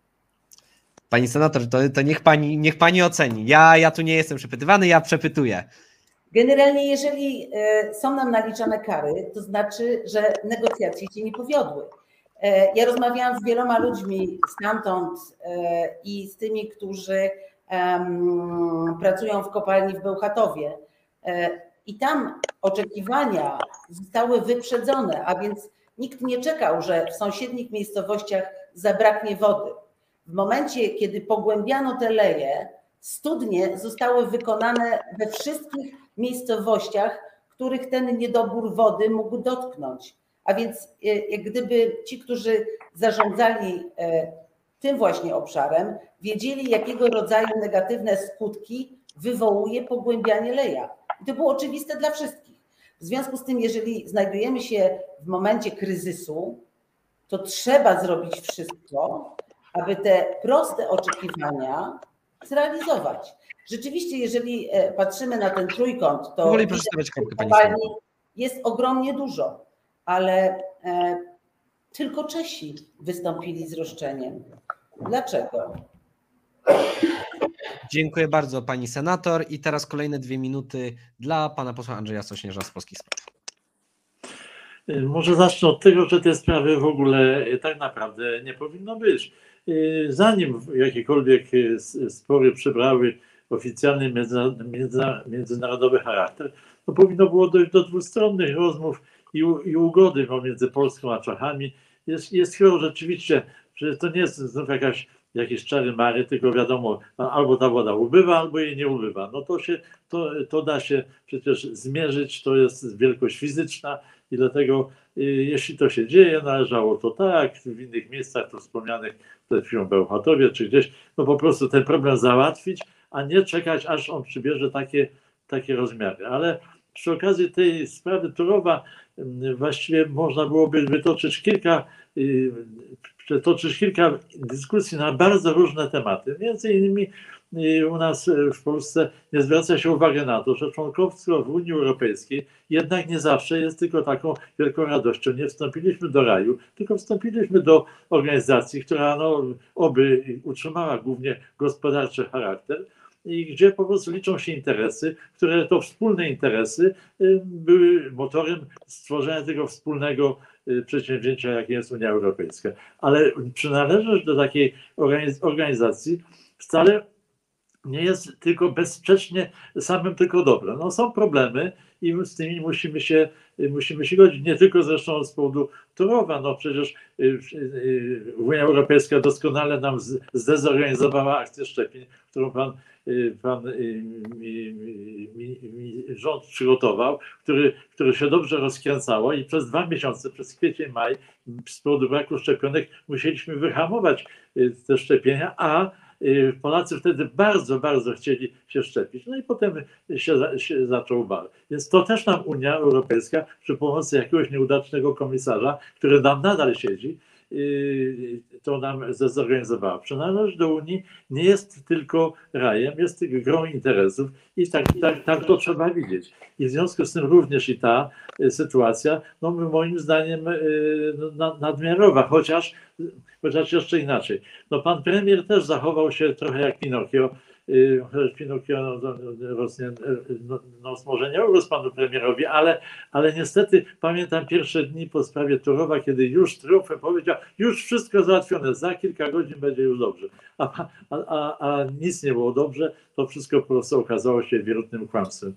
Pani senator, to niech pani oceni. Ja tu nie jestem przepytywany, ja przepytuję. Generalnie, jeżeli są nam naliczane kary, to znaczy, że negocjacje się nie powiodły. Ja rozmawiałam z wieloma ludźmi stamtąd i z tymi, którzy pracują w kopalni w Bełchatowie. I tam oczekiwania zostały wyprzedzone, a więc nikt nie czekał, że w sąsiednich miejscowościach zabraknie wody. W momencie, kiedy pogłębiano te leje, studnie zostały wykonane we wszystkich miejscowościach, których ten niedobór wody mógł dotknąć. A więc jak gdyby ci, którzy zarządzali tym właśnie obszarem, wiedzieli, jakiego rodzaju negatywne skutki wywołuje pogłębianie leja. I to było oczywiste dla wszystkich. W związku z tym, jeżeli znajdujemy się w momencie kryzysu, to trzeba zrobić wszystko, aby te proste oczekiwania zrealizować. Rzeczywiście, jeżeli patrzymy na ten trójkąt, to kopalni jest ogromnie dużo, ale tylko Czesi wystąpili z roszczeniem. Dlaczego? Dziękuję bardzo pani senator i teraz kolejne 2 minuty dla pana posła Andrzeja Sośnierza z Polskich Spraw. Może zacznę od tego, że te sprawy w ogóle tak naprawdę nie powinno być. Zanim jakiekolwiek spory przybrały oficjalny międzynarodowy charakter, to powinno było dojść do dwustronnych rozmów i ugody pomiędzy Polską a Czechami. Jest chyba rzeczywiście, że to nie jest znów jakieś czary mary, tylko wiadomo, albo ta woda ubywa, albo jej nie ubywa. No to da się przecież zmierzyć, to jest wielkość fizyczna i dlatego jeśli to się dzieje, należało to tak, w innych miejscach, to wspomnianych przed chwilą w Bełchatowie czy gdzieś, no po prostu ten problem załatwić, a nie czekać, aż on przybierze takie rozmiary. Ale przy okazji tej sprawy Turowa właściwie można byłoby wytoczyć kilka dyskusji na bardzo różne tematy. Między innymi u nas w Polsce nie zwraca się uwagi na to, że członkostwo w Unii Europejskiej jednak nie zawsze jest tylko taką wielką radością. Nie wstąpiliśmy do raju, tylko wstąpiliśmy do organizacji, która oby utrzymała głównie gospodarczy charakter i gdzie po prostu liczą się interesy, które to wspólne interesy były motorem stworzenia tego wspólnego przedsięwzięcia, jakim jest Unia Europejska. Ale przynależność do takiej organizacji wcale nie jest tylko bezsprzecznie samym tylko dobrem. No, są problemy i z tymi musimy się godzić. Nie tylko zresztą z powodu Turowa, no przecież Unia Europejska doskonale nam zdezorganizowała akcję szczepień, którą pan rząd przygotował, który się dobrze rozkręcało i przez 2 miesiące, przez kwiecień, maj, z powodu braku szczepionek musieliśmy wyhamować te szczepienia, a Polacy wtedy bardzo, bardzo chcieli się szczepić. No i potem się zaczął bal. Więc to też nam Unia Europejska przy pomocy jakiegoś nieudacznego komisarza, który nam nadal siedzi, to nam zorganizowała. Przynależność do Unii nie jest tylko rajem, jest grą interesów i tak to trzeba widzieć. I w związku z tym również i ta sytuacja, no moim zdaniem nadmiarowa, chociaż jeszcze inaczej. No pan premier też zachował się trochę jak Pinokio. Pinokio może nie urósł panu premierowi, ale niestety pamiętam pierwsze dni po sprawie Turowa, kiedy już triumfem powiedział, już wszystko załatwione, za kilka godzin będzie już dobrze. A nic nie było dobrze, to wszystko po prostu okazało się wierutnym kłamstwem.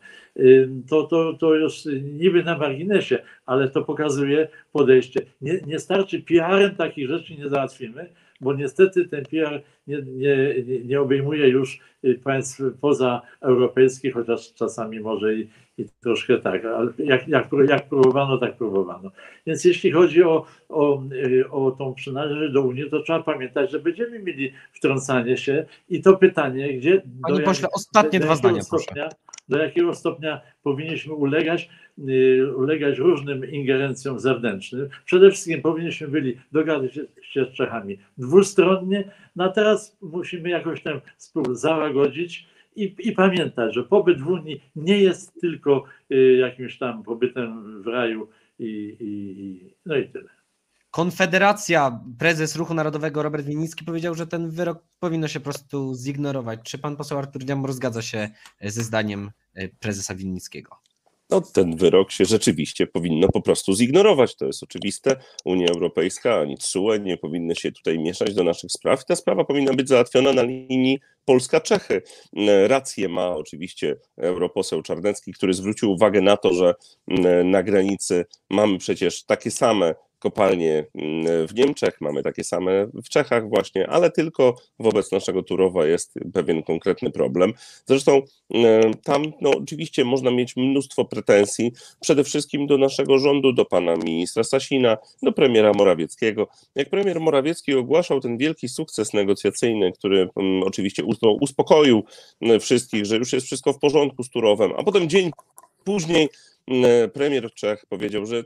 To już niby na marginesie, ale to pokazuje podejście. Nie starczy PR-em takich rzeczy nie załatwimy, bo niestety ten PR nie obejmuje już państw pozaeuropejskich, chociaż czasami może i troszkę tak, ale jak próbowano, tak próbowano. Więc jeśli chodzi o tą przynależność do Unii, to trzeba pamiętać, że będziemy mieli wtrącanie się i to pytanie, gdzie... Panie pośle, ostatnie 2 zdania, proszę. Do jakiego stopnia powinniśmy ulegać różnym ingerencjom zewnętrznym. Przede wszystkim powinniśmy byli dogadać się z Czechami dwustronnie, no a teraz musimy jakoś ten spór załagodzić i pamiętać, że pobyt w Unii nie jest tylko jakimś tam pobytem w raju no i tyle. Konfederacja, prezes Ruchu Narodowego Robert Winnicki powiedział, że ten wyrok powinno się po prostu zignorować. Czy pan poseł Artur Dziambor zgadza się ze zdaniem prezesa Winnickiego? No, ten wyrok się rzeczywiście powinno po prostu zignorować. To jest oczywiste. Unia Europejska ani TSUE nie powinny się tutaj mieszać do naszych spraw. Ta sprawa powinna być załatwiona na linii Polska-Czechy. Rację ma oczywiście europoseł Czarnecki, który zwrócił uwagę na to, że na granicy mamy przecież takie same kopalnie w Niemczech, mamy takie same w Czechach właśnie, ale tylko wobec naszego Turowa jest pewien konkretny problem. Zresztą tam oczywiście można mieć mnóstwo pretensji, przede wszystkim do naszego rządu, do pana ministra Sasina, do premiera Morawieckiego. Jak premier Morawiecki ogłaszał ten wielki sukces negocjacyjny, który oczywiście uspokoił wszystkich, że już jest wszystko w porządku z Turowem, a potem dzień później premier Czech powiedział, że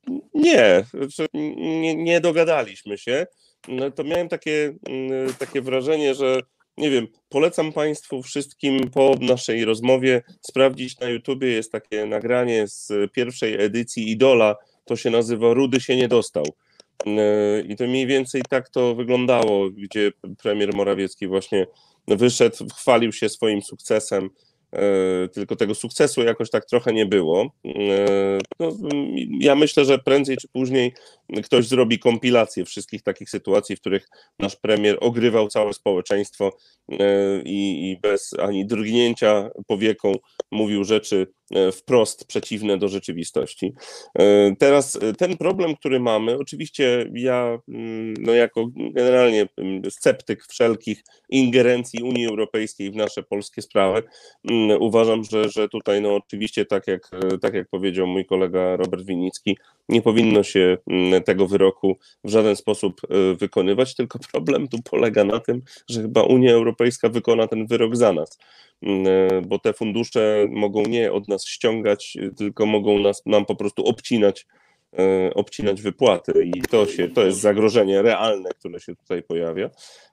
nie dogadaliśmy się, no to miałem takie wrażenie, że nie wiem, polecam państwu wszystkim po naszej rozmowie sprawdzić na YouTubie, jest takie nagranie z pierwszej edycji Idola, to się nazywa Rudy się nie dostał. I to mniej więcej tak to wyglądało, gdzie premier Morawiecki właśnie wyszedł, chwalił się swoim sukcesem, tylko tego sukcesu jakoś tak trochę nie było. No, ja myślę, że prędzej czy później ktoś zrobi kompilację wszystkich takich sytuacji, w których nasz premier ogrywał całe społeczeństwo i bez ani drgnięcia powieką mówił rzeczy wprost przeciwne do rzeczywistości. Teraz ten problem, który mamy, oczywiście ja jako generalnie sceptyk wszelkich ingerencji Unii Europejskiej w nasze polskie sprawy, uważam, że tutaj oczywiście tak jak powiedział mój kolega Robert Winnicki, nie powinno się tego wyroku w żaden sposób wykonywać, tylko problem tu polega na tym, że chyba Unia Europejska wykona ten wyrok za nas, bo te fundusze mogą nie od nas ściągać, tylko mogą nam po prostu obcinać wypłaty i to jest zagrożenie realne, które się tutaj pojawia.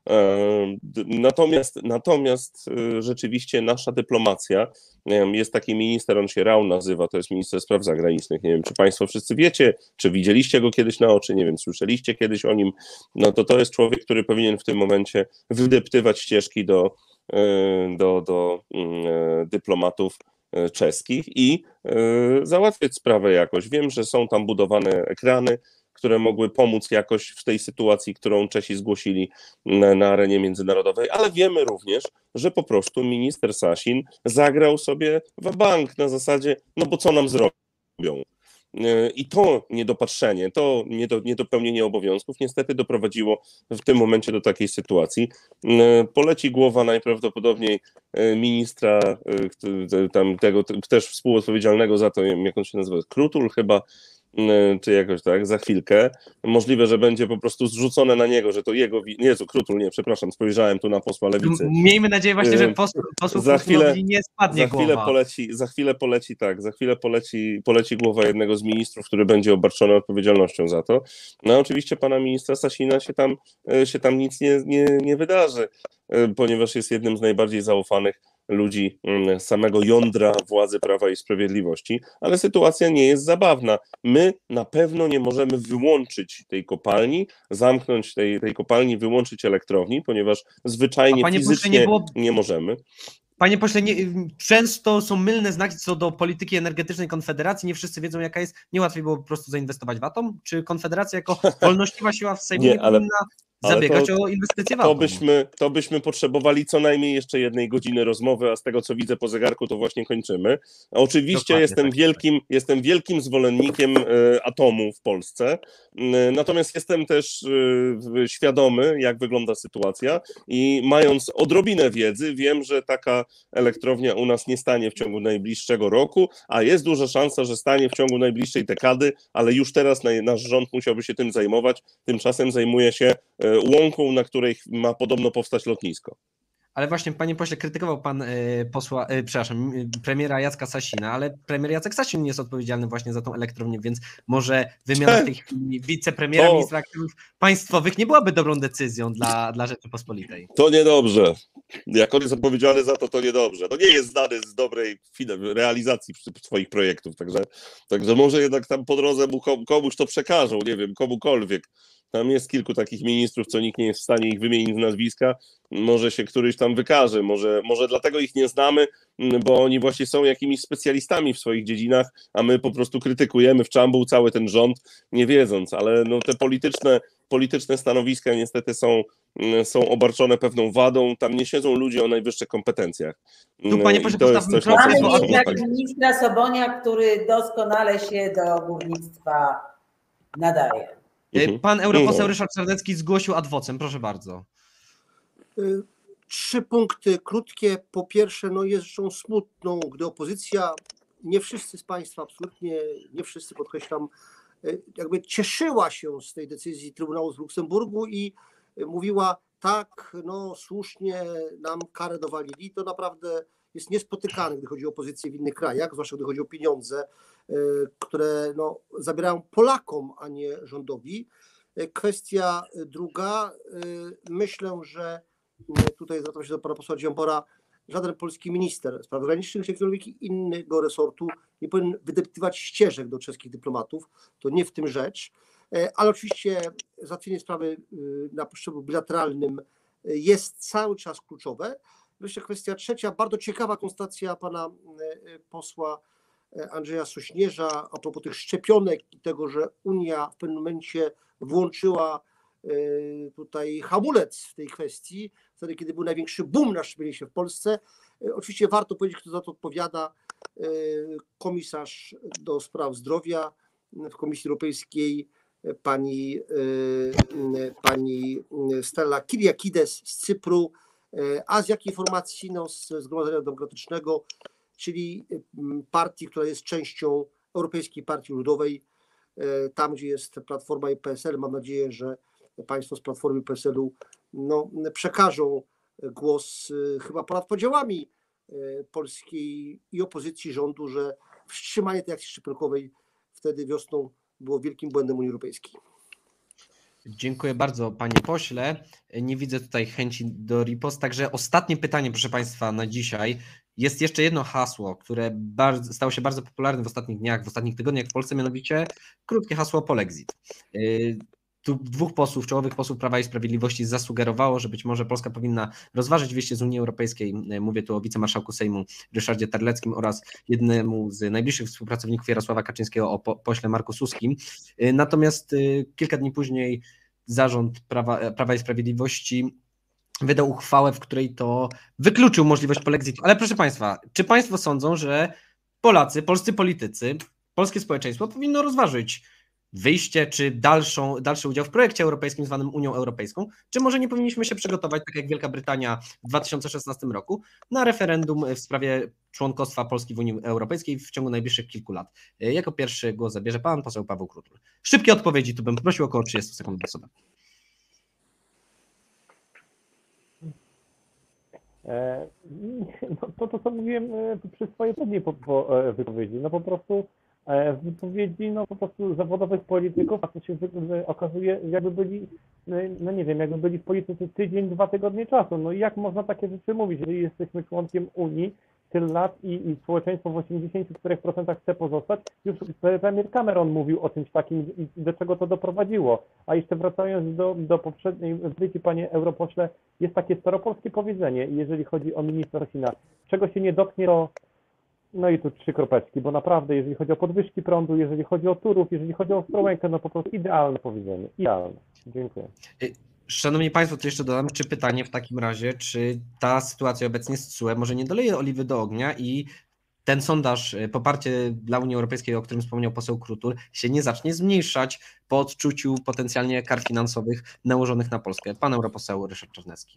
Natomiast rzeczywiście nasza dyplomacja, jest taki minister, on się Rau nazywa, to jest minister spraw zagranicznych, nie wiem, czy państwo wszyscy wiecie, czy widzieliście go kiedyś na oczy, nie wiem, słyszeliście kiedyś o nim, to jest człowiek, który powinien w tym momencie wydeptywać ścieżki do do dyplomatów czeskich i załatwiać sprawę jakoś. Wiem, że są tam budowane ekrany, które mogły pomóc jakoś w tej sytuacji, którą Czesi zgłosili na arenie międzynarodowej, ale wiemy również, że po prostu minister Sasin zagrał sobie w bank na zasadzie, no bo co nam zrobią? I to niedopatrzenie, to niedopełnienie obowiązków niestety doprowadziło w tym momencie do takiej sytuacji. Poleci głowa najprawdopodobniej ministra, tego też współodpowiedzialnego za to, jak on się nazywa, Krutul chyba, czy jakoś tak, za chwilkę. Możliwe, że będzie po prostu zrzucone na niego, że to jego... Jezu, Krutul, nie, przepraszam, spojrzałem tu na posła Lewicy. Miejmy nadzieję właśnie, że posłów nie spadnie głowa. Za chwilę poleci głowa jednego z ministrów, który będzie obarczony odpowiedzialnością za to. No oczywiście pana ministra Sasina się tam nic nie wydarzy, ponieważ jest jednym z najbardziej zaufanych ludzi samego jądra władzy Prawa i Sprawiedliwości, ale sytuacja nie jest zabawna. My na pewno nie możemy wyłączyć tej kopalni, zamknąć tej kopalni, wyłączyć elektrowni, ponieważ zwyczajnie fizycznie nie możemy. Panie pośle, często są mylne znaki co do polityki energetycznej Konfederacji, nie wszyscy wiedzą jaka jest, nie łatwiej było po prostu zainwestować w atom? Czy Konfederacja jako wolnościowa siła w Sejmie nie powinna zabiegać o inwestycje w atom? To byśmy potrzebowali co najmniej jeszcze 1 godziny rozmowy, a z tego co widzę po zegarku to właśnie kończymy. Oczywiście jestem wielkim zwolennikiem atomu w Polsce, natomiast jestem też świadomy, jak wygląda sytuacja i mając odrobinę wiedzy, wiem, że taka elektrownia u nas nie stanie w ciągu najbliższego roku, a jest duża szansa, że stanie w ciągu najbliższej dekady, ale już teraz nasz rząd musiałby się tym zajmować, tymczasem zajmuje się łąką, na której ma podobno powstać lotnisko. Ale właśnie, panie pośle, krytykował pan premiera Jacka Sasina, ale premier Jacek Sasin nie jest odpowiedzialny właśnie za tą elektrownię, więc może wymiana w tej chwili wicepremiera, ministra aktywów państwowych nie byłaby dobrą decyzją dla Rzeczypospolitej. To niedobrze. Jak on jest odpowiedzialny za to, to niedobrze. To nie jest znany z dobrej realizacji swoich projektów, także może jednak tam po drodze komuś to przekażą, nie wiem, komukolwiek. Tam jest kilku takich ministrów, co nikt nie jest w stanie ich wymienić z nazwiska. Może się któryś tam wykaże, może dlatego ich nie znamy, bo oni właśnie są jakimiś specjalistami w swoich dziedzinach, a my po prostu krytykujemy w czambuł cały ten rząd, nie wiedząc, ale no te polityczne stanowiska niestety są obarczone pewną wadą, tam nie siedzą ludzie o najwyższych kompetencjach. Tu, panie pośle, mamy jednak ministra Sobonia, który doskonale się do górnictwa nadaje. Pan europoseł Ryszard Czarnecki zgłosił ad vocem, proszę bardzo. 3 punkty krótkie. Po pierwsze, jest rzeczą smutną, gdy opozycja, nie wszyscy z Państwa, absolutnie nie wszyscy, podkreślam, jakby cieszyła się z tej decyzji Trybunału z Luksemburgu i mówiła tak, słusznie nam karę dowalili. To naprawdę jest niespotykane, gdy chodzi o opozycję w innych krajach, zwłaszcza gdy chodzi o pieniądze, które zabierają Polakom, a nie rządowi. Kwestia druga, myślę, że tutaj zwracam się do pana posła Dziambora, żaden polski minister spraw zagranicznych czy jakiegokolwiek innego resortu nie powinien wydeptywać ścieżek do czeskich dyplomatów, to nie w tym rzecz, ale oczywiście załatwienie sprawy na szczeblu bilateralnym jest cały czas kluczowe. Wreszcie kwestia trzecia, bardzo ciekawa konstatacja pana posła Andrzeja Sośnierza a propos tych szczepionek i tego, że Unia w pewnym momencie włączyła tutaj hamulec w tej kwestii, wtedy kiedy był największy boom na szczepienie się w Polsce. Oczywiście warto powiedzieć, kto za to odpowiada. Komisarz do spraw zdrowia w Komisji Europejskiej pani Stella Kyriakides z Cypru, a z jakiej formacji? Z Zgromadzenia Demokratycznego, czyli partii, która jest częścią Europejskiej Partii Ludowej, tam gdzie jest Platforma i PSL. Mam nadzieję, że państwo z Platformy i PSL-u przekażą głos chyba ponad podziałami polskiej i opozycji rządu, że wstrzymanie tej akcji szczepionkowej wtedy wiosną było wielkim błędem Unii Europejskiej. Dziękuję bardzo, panie pośle. Nie widzę tutaj chęci do ripost. Także ostatnie pytanie, proszę państwa, na dzisiaj. Jest jeszcze jedno hasło, które stało się bardzo popularne w ostatnich dniach, w ostatnich tygodniach w Polsce, mianowicie krótkie hasło Polexit. tu dwóch posłów, czołowych posłów Prawa i Sprawiedliwości zasugerowało, że być może Polska powinna rozważyć wyjście z Unii Europejskiej. Mówię tu o wicemarszałku Sejmu Ryszardzie Terleckim oraz jednemu z najbliższych współpracowników Jarosława Kaczyńskiego, o pośle Marku Suskim. Natomiast kilka dni później zarząd Prawa i Sprawiedliwości wydał uchwałę, w której to wykluczył możliwość polexitu. Ale proszę Państwa, czy Państwo sądzą, że Polacy, polscy politycy, polskie społeczeństwo powinno rozważyć wyjście czy dalszy udział w projekcie europejskim zwanym Unią Europejską, czy może nie powinniśmy się przygotować, tak jak Wielka Brytania w 2016 roku, na referendum w sprawie członkostwa Polski w Unii Europejskiej w ciągu najbliższych kilku lat? Jako pierwszy głos zabierze pan poseł Paweł Krutul. Szybkie odpowiedzi, tu bym prosił, około 30 sekund na osobę. No to co mówiłem przy swojej poprzedniej wypowiedzi, no po prostu w wypowiedzi po prostu zawodowych polityków, a to się okazuje, jakby byli, no nie wiem, jakby byli w polityce tydzień, 2 tygodnie czasu. No i jak można takie rzeczy mówić, jeżeli jesteśmy członkiem Unii tyle lat i społeczeństwo w 84% chce pozostać? Już premier Cameron mówił o czymś takim i do czego to doprowadziło. A jeszcze wracając do poprzedniej wypowiedzi, panie europośle, jest takie staropolskie powiedzenie, jeżeli chodzi o ministra Rosina, czego się nie dotknie, to no i tu 3 kropeczki, bo naprawdę, jeżeli chodzi o podwyżki prądu, jeżeli chodzi o Turów, jeżeli chodzi o Ostrołękę, no po prostu idealne powiedzenie. Idealne. Dziękuję. Szanowni Państwo, to jeszcze dodam, czy pytanie w takim razie, czy ta sytuacja obecnie z TSUE może nie doleje oliwy do ognia i ten sondaż, poparcie dla Unii Europejskiej, o którym wspomniał poseł Krutul, się nie zacznie zmniejszać po odczuciu potencjalnie kar finansowych nałożonych na Polskę. Pan europoseł Ryszard Czarnecki.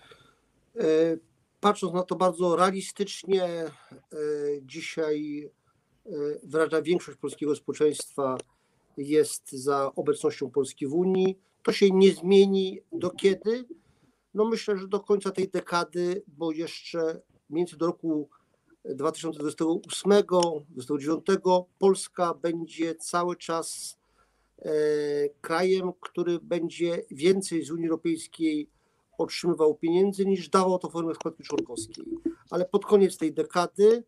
Patrząc na to bardzo realistycznie, dzisiaj wyraźna większość polskiego społeczeństwa jest za obecnością Polski w Unii. To się nie zmieni do kiedy? No myślę, że do końca tej dekady, bo jeszcze mniej więcej do roku 2028-2029 Polska będzie cały czas krajem, który będzie więcej z Unii Europejskiej otrzymywał pieniędzy niż dawał to w formie składki członkowskiej. Ale pod koniec tej dekady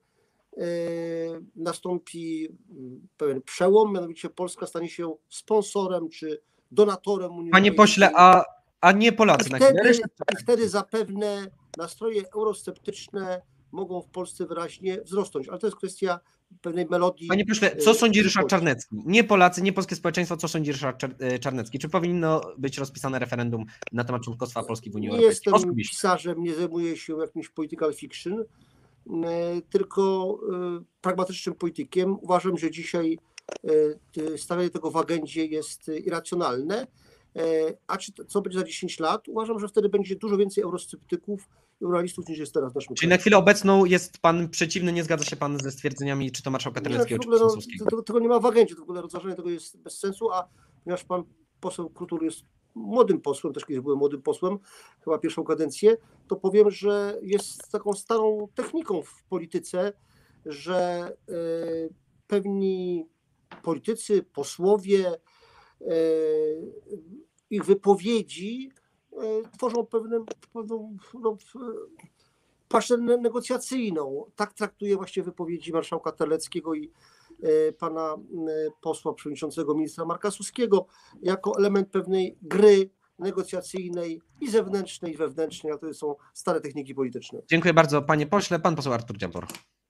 nastąpi pewien przełom, mianowicie Polska stanie się sponsorem czy donatorem Unii Panie Europejskiej. pośle, a nie Polacy na chwilę. I wtedy zapewne nastroje eurosceptyczne mogą w Polsce wyraźnie wzrosnąć, ale to jest kwestia pewnej melodii. Panie pośle, co sądzi Ryszard Czarnecki? Nie Polacy, nie polskie społeczeństwo, co sądzi Ryszard Czarnecki? Czy powinno być rozpisane referendum na temat członkostwa Polski w Unii Europejskiej? Nie jestem pisarzem, nie zajmuję się jakimś political fiction, tylko pragmatycznym politykiem. Uważam, że dzisiaj stawianie tego w agendzie jest irracjonalne. A co będzie za 10 lat? Uważam, że wtedy będzie dużo więcej eurosceptyków, eurorealistów niż jest teraz w naszym Czyli kraju. na chwilę obecną jest pan przeciwny, nie zgadza się pan ze stwierdzeniami czy to marszałka Terleckiego, czy Sosnowskiego? Tego nie ma w agendzie, w ogóle rozważanie tego jest bez sensu, a ponieważ pan poseł Krutul jest młodym posłem, też kiedyś byłem młodym posłem, chyba pierwszą kadencję, to powiem, że jest taką starą techniką w polityce, że pewni politycy, posłowie, ich wypowiedzi tworzą pewną paszczę negocjacyjną. Tak traktuje właśnie wypowiedzi marszałka Terleckiego i pana posła przewodniczącego ministra Marka Suskiego jako element pewnej gry negocjacyjnej i zewnętrznej, i wewnętrznej, a to są stare techniki polityczne. Dziękuję bardzo, panie pośle. Pan poseł Artur Dziambor.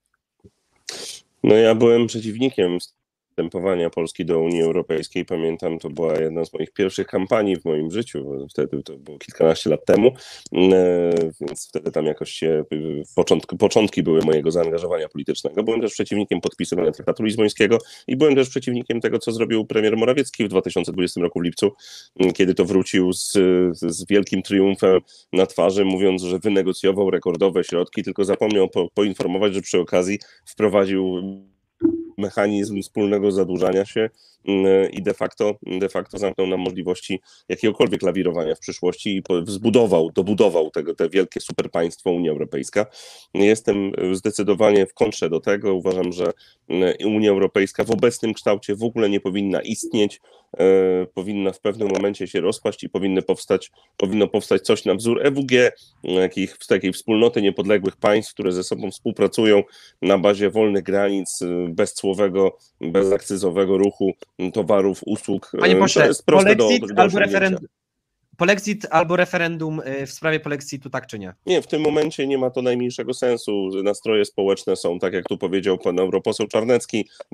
No ja byłem przeciwnikiem wstępowania Polski do Unii Europejskiej. Pamiętam, to była jedna z moich pierwszych kampanii w moim życiu. Wtedy to było kilkanaście lat temu, więc wtedy tam jakoś się początki były mojego zaangażowania politycznego. Byłem też przeciwnikiem podpisywania traktatu lizbońskiego i byłem też przeciwnikiem tego, co zrobił premier Morawiecki w 2020 roku w lipcu, kiedy to wrócił z wielkim triumfem na twarzy, mówiąc, że wynegocjował rekordowe środki, tylko zapomniał poinformować, że przy okazji wprowadził mechanizm wspólnego zadłużania się i de facto zamknął nam możliwości jakiegokolwiek lawirowania w przyszłości i dobudował te wielkie superpaństwo Unia Europejska. Jestem zdecydowanie w kontrze do tego. Uważam, że Unia Europejska w obecnym kształcie w ogóle nie powinna istnieć, powinna w pewnym momencie się rozpaść i powinno powstać coś na wzór EWG, takiej wspólnoty niepodległych państw, które ze sobą współpracują na bazie wolnych granic, bezcłowego, bezakcyzowego ruchu towarów, usług. Panie To pośle, jest proste do polexit osiągnięcia. polexit albo referendum w sprawie polexitu, tak czy nie? Nie, w tym momencie nie ma to najmniejszego sensu. Nastroje społeczne są, tak jak tu powiedział pan europoseł Czarnecki, w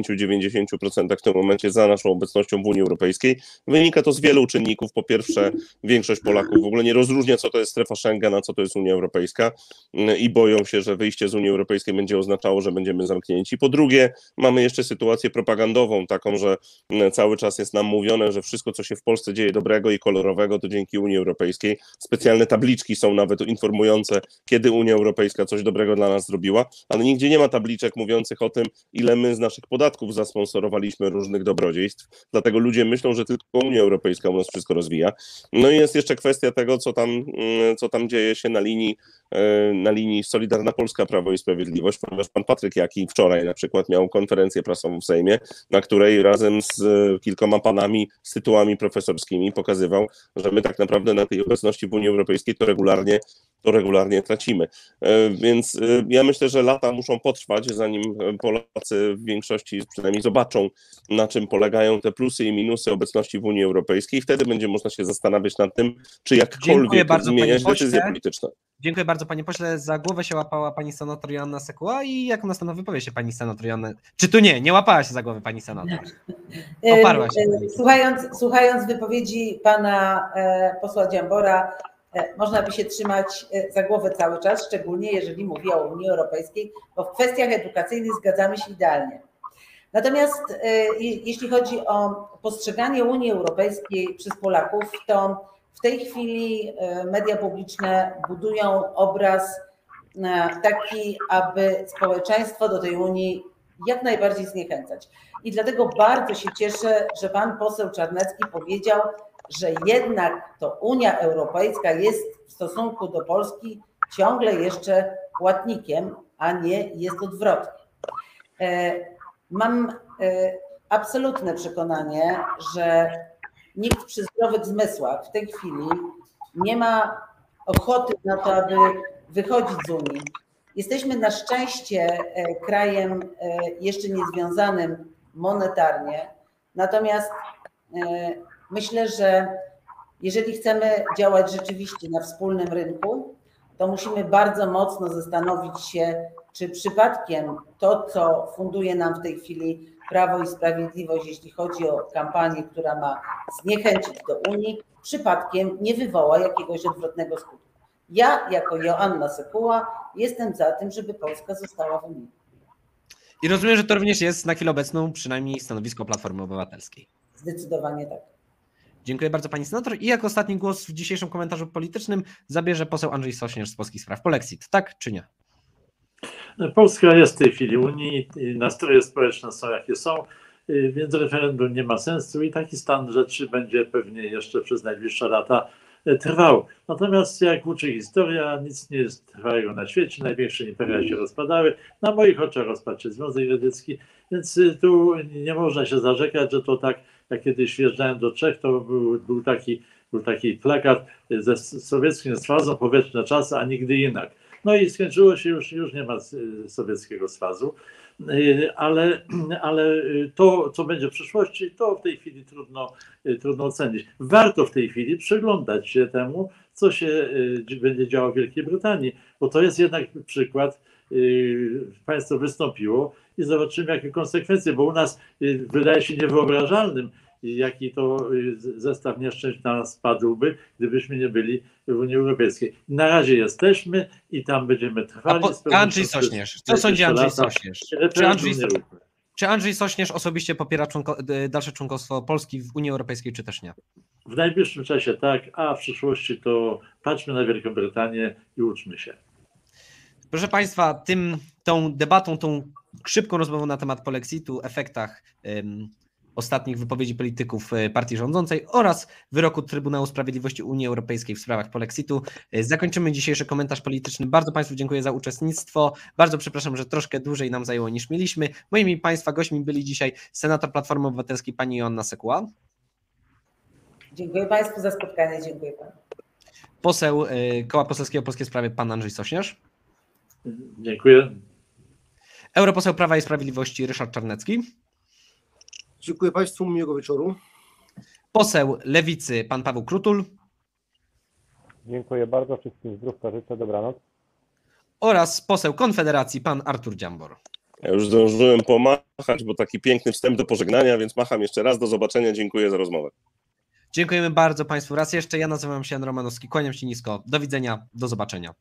80-90% w tym momencie za naszą obecnością w Unii Europejskiej. Wynika to z wielu czynników. Po pierwsze, większość Polaków w ogóle nie rozróżnia, co to jest strefa Schengen, a co to jest Unia Europejska i boją się, że wyjście z Unii Europejskiej będzie oznaczało, że będziemy zamknięci. Po drugie, mamy jeszcze sytuację propagandową, taką, że cały czas jest nam mówione, że wszystko, co się w Polsce dzieje dobrego i kolorowego, to dzięki Unii Europejskiej. Specjalne tabliczki są nawet informujące, kiedy Unia Europejska coś dobrego dla nas zrobiła, ale nigdzie nie ma tabliczek mówiących o tym, ile my z naszych podatków zasponsorowaliśmy różnych dobrodziejstw. Dlatego ludzie myślą, że tylko Unia Europejska u nas wszystko rozwija. No i jest jeszcze kwestia tego, co tam dzieje się na linii Solidarna Polska, Prawo i Sprawiedliwość, ponieważ pan Patryk Jaki wczoraj na przykład miał konferencję prasową w Sejmie, na której razem z kilkoma panami z tytułami profesorskimi pokazywał, że my tak naprawdę na tej obecności w Unii Europejskiej to regularnie tracimy. Więc ja myślę, że lata muszą potrwać, zanim Polacy w większości przynajmniej zobaczą, na czym polegają te plusy i minusy obecności w Unii Europejskiej. Wtedy będzie można się zastanawiać nad tym, czy jakkolwiek zmieniać decyzje polityczne. Dziękuję bardzo, panie pośle. Za głowę się łapała pani senator Joanna Sekuła i jak następna wypowie się pani senator Joanna... Czy tu nie łapała się za głowę pani senator? Oparła się. Słuchając wypowiedzi pana posła Dziambora, można by się trzymać za głowę cały czas, szczególnie jeżeli mówi o Unii Europejskiej, bo w kwestiach edukacyjnych zgadzamy się idealnie. Natomiast jeśli chodzi o postrzeganie Unii Europejskiej przez Polaków, to w tej chwili media publiczne budują obraz taki, aby społeczeństwo do tej Unii jak najbardziej zniechęcać. I dlatego bardzo się cieszę, że pan poseł Czarnecki powiedział, że jednak to Unia Europejska jest w stosunku do Polski ciągle jeszcze płatnikiem, a nie jest odwrotnie. Mam absolutne przekonanie, że nikt przy zdrowych zmysłach w tej chwili nie ma ochoty na to, aby wychodzić z Unii. Jesteśmy na szczęście krajem jeszcze niezwiązanym monetarnie, natomiast myślę, że jeżeli chcemy działać rzeczywiście na wspólnym rynku, to musimy bardzo mocno zastanowić się, czy przypadkiem to, co funduje nam w tej chwili Prawo i Sprawiedliwość, jeśli chodzi o kampanię, która ma zniechęcić do Unii, przypadkiem nie wywoła jakiegoś odwrotnego skutku. Ja, jako Joanna Sekuła, jestem za tym, żeby Polska została w Unii. I rozumiem, że to również jest na chwilę obecną przynajmniej stanowisko Platformy Obywatelskiej. Zdecydowanie tak. Dziękuję bardzo pani senator. I jako ostatni głos w dzisiejszym komentarzu politycznym zabierze poseł Andrzej Sośnierz z Polskich Spraw. Polexit, tak czy nie? Polska jest w tej chwili w Unii, nastroje społeczne są jakie są, więc referendum nie ma sensu i taki stan rzeczy będzie pewnie jeszcze przez najbliższe lata trwał. Natomiast jak uczy historia, nic nie jest trwałego na świecie, największe imperia się rozpadały, na moich oczach rozpadł się Związek Radziecki, więc tu nie można się zarzekać, że to tak, jak kiedyś wjeżdżałem do Czech, to był taki plakat ze sowieckim swazą po wieczne czasy, a nigdy inak. No i skończyło się, już nie ma sowieckiego swazu, ale to, co będzie w przyszłości, to w tej chwili trudno ocenić. Warto w tej chwili przyglądać się temu, co się będzie działo w Wielkiej Brytanii, bo to jest jednak przykład, państwo wystąpiło i zobaczymy, jakie konsekwencje, bo u nas wydaje się niewyobrażalnym, jaki to zestaw nieszczęść na nas spadłby, gdybyśmy nie byli w Unii Europejskiej. Na razie jesteśmy i tam będziemy trwali. Andrzej Sośnierz, co sądzi Andrzej Sośnierz? Czy Andrzej Sośnierz osobiście popiera dalsze członkostwo Polski w Unii Europejskiej, czy też nie? W najbliższym czasie tak, a w przyszłości to patrzmy na Wielką Brytanię i uczmy się. Proszę Państwa, tą debatą, tą szybką rozmową na temat polexitu, efektach ostatnich wypowiedzi polityków partii rządzącej oraz wyroku Trybunału Sprawiedliwości Unii Europejskiej w sprawach polexitu zakończymy dzisiejszy komentarz polityczny. Bardzo Państwu dziękuję za uczestnictwo. Bardzo przepraszam, że troszkę dłużej nam zajęło niż mieliśmy. Moimi Państwa gośćmi byli dzisiaj senator Platformy Obywatelskiej pani Joanna Sekuła. Dziękuję Państwu za spotkanie. Dziękuję Panu. Poseł Koła Poselskiego Polskie Sprawy pan Andrzej Sośnierz. Dziękuję. Europoseł Prawa i Sprawiedliwości Ryszard Czarnecki. Dziękuję Państwu, miłego wieczoru. Poseł Lewicy, pan Paweł Krutul Dziękuję bardzo, wszystkim zdrówka życzę, dobranoc. oraz poseł Konfederacji, pan Artur Dziambor. Ja już zdążyłem pomachać, bo taki piękny wstęp do pożegnania, więc macham jeszcze raz. Do zobaczenia. Dziękuję za rozmowę. Dziękujemy bardzo Państwu raz jeszcze. Ja nazywam się Jan Romanowski, kłaniam się nisko. Do widzenia, do zobaczenia.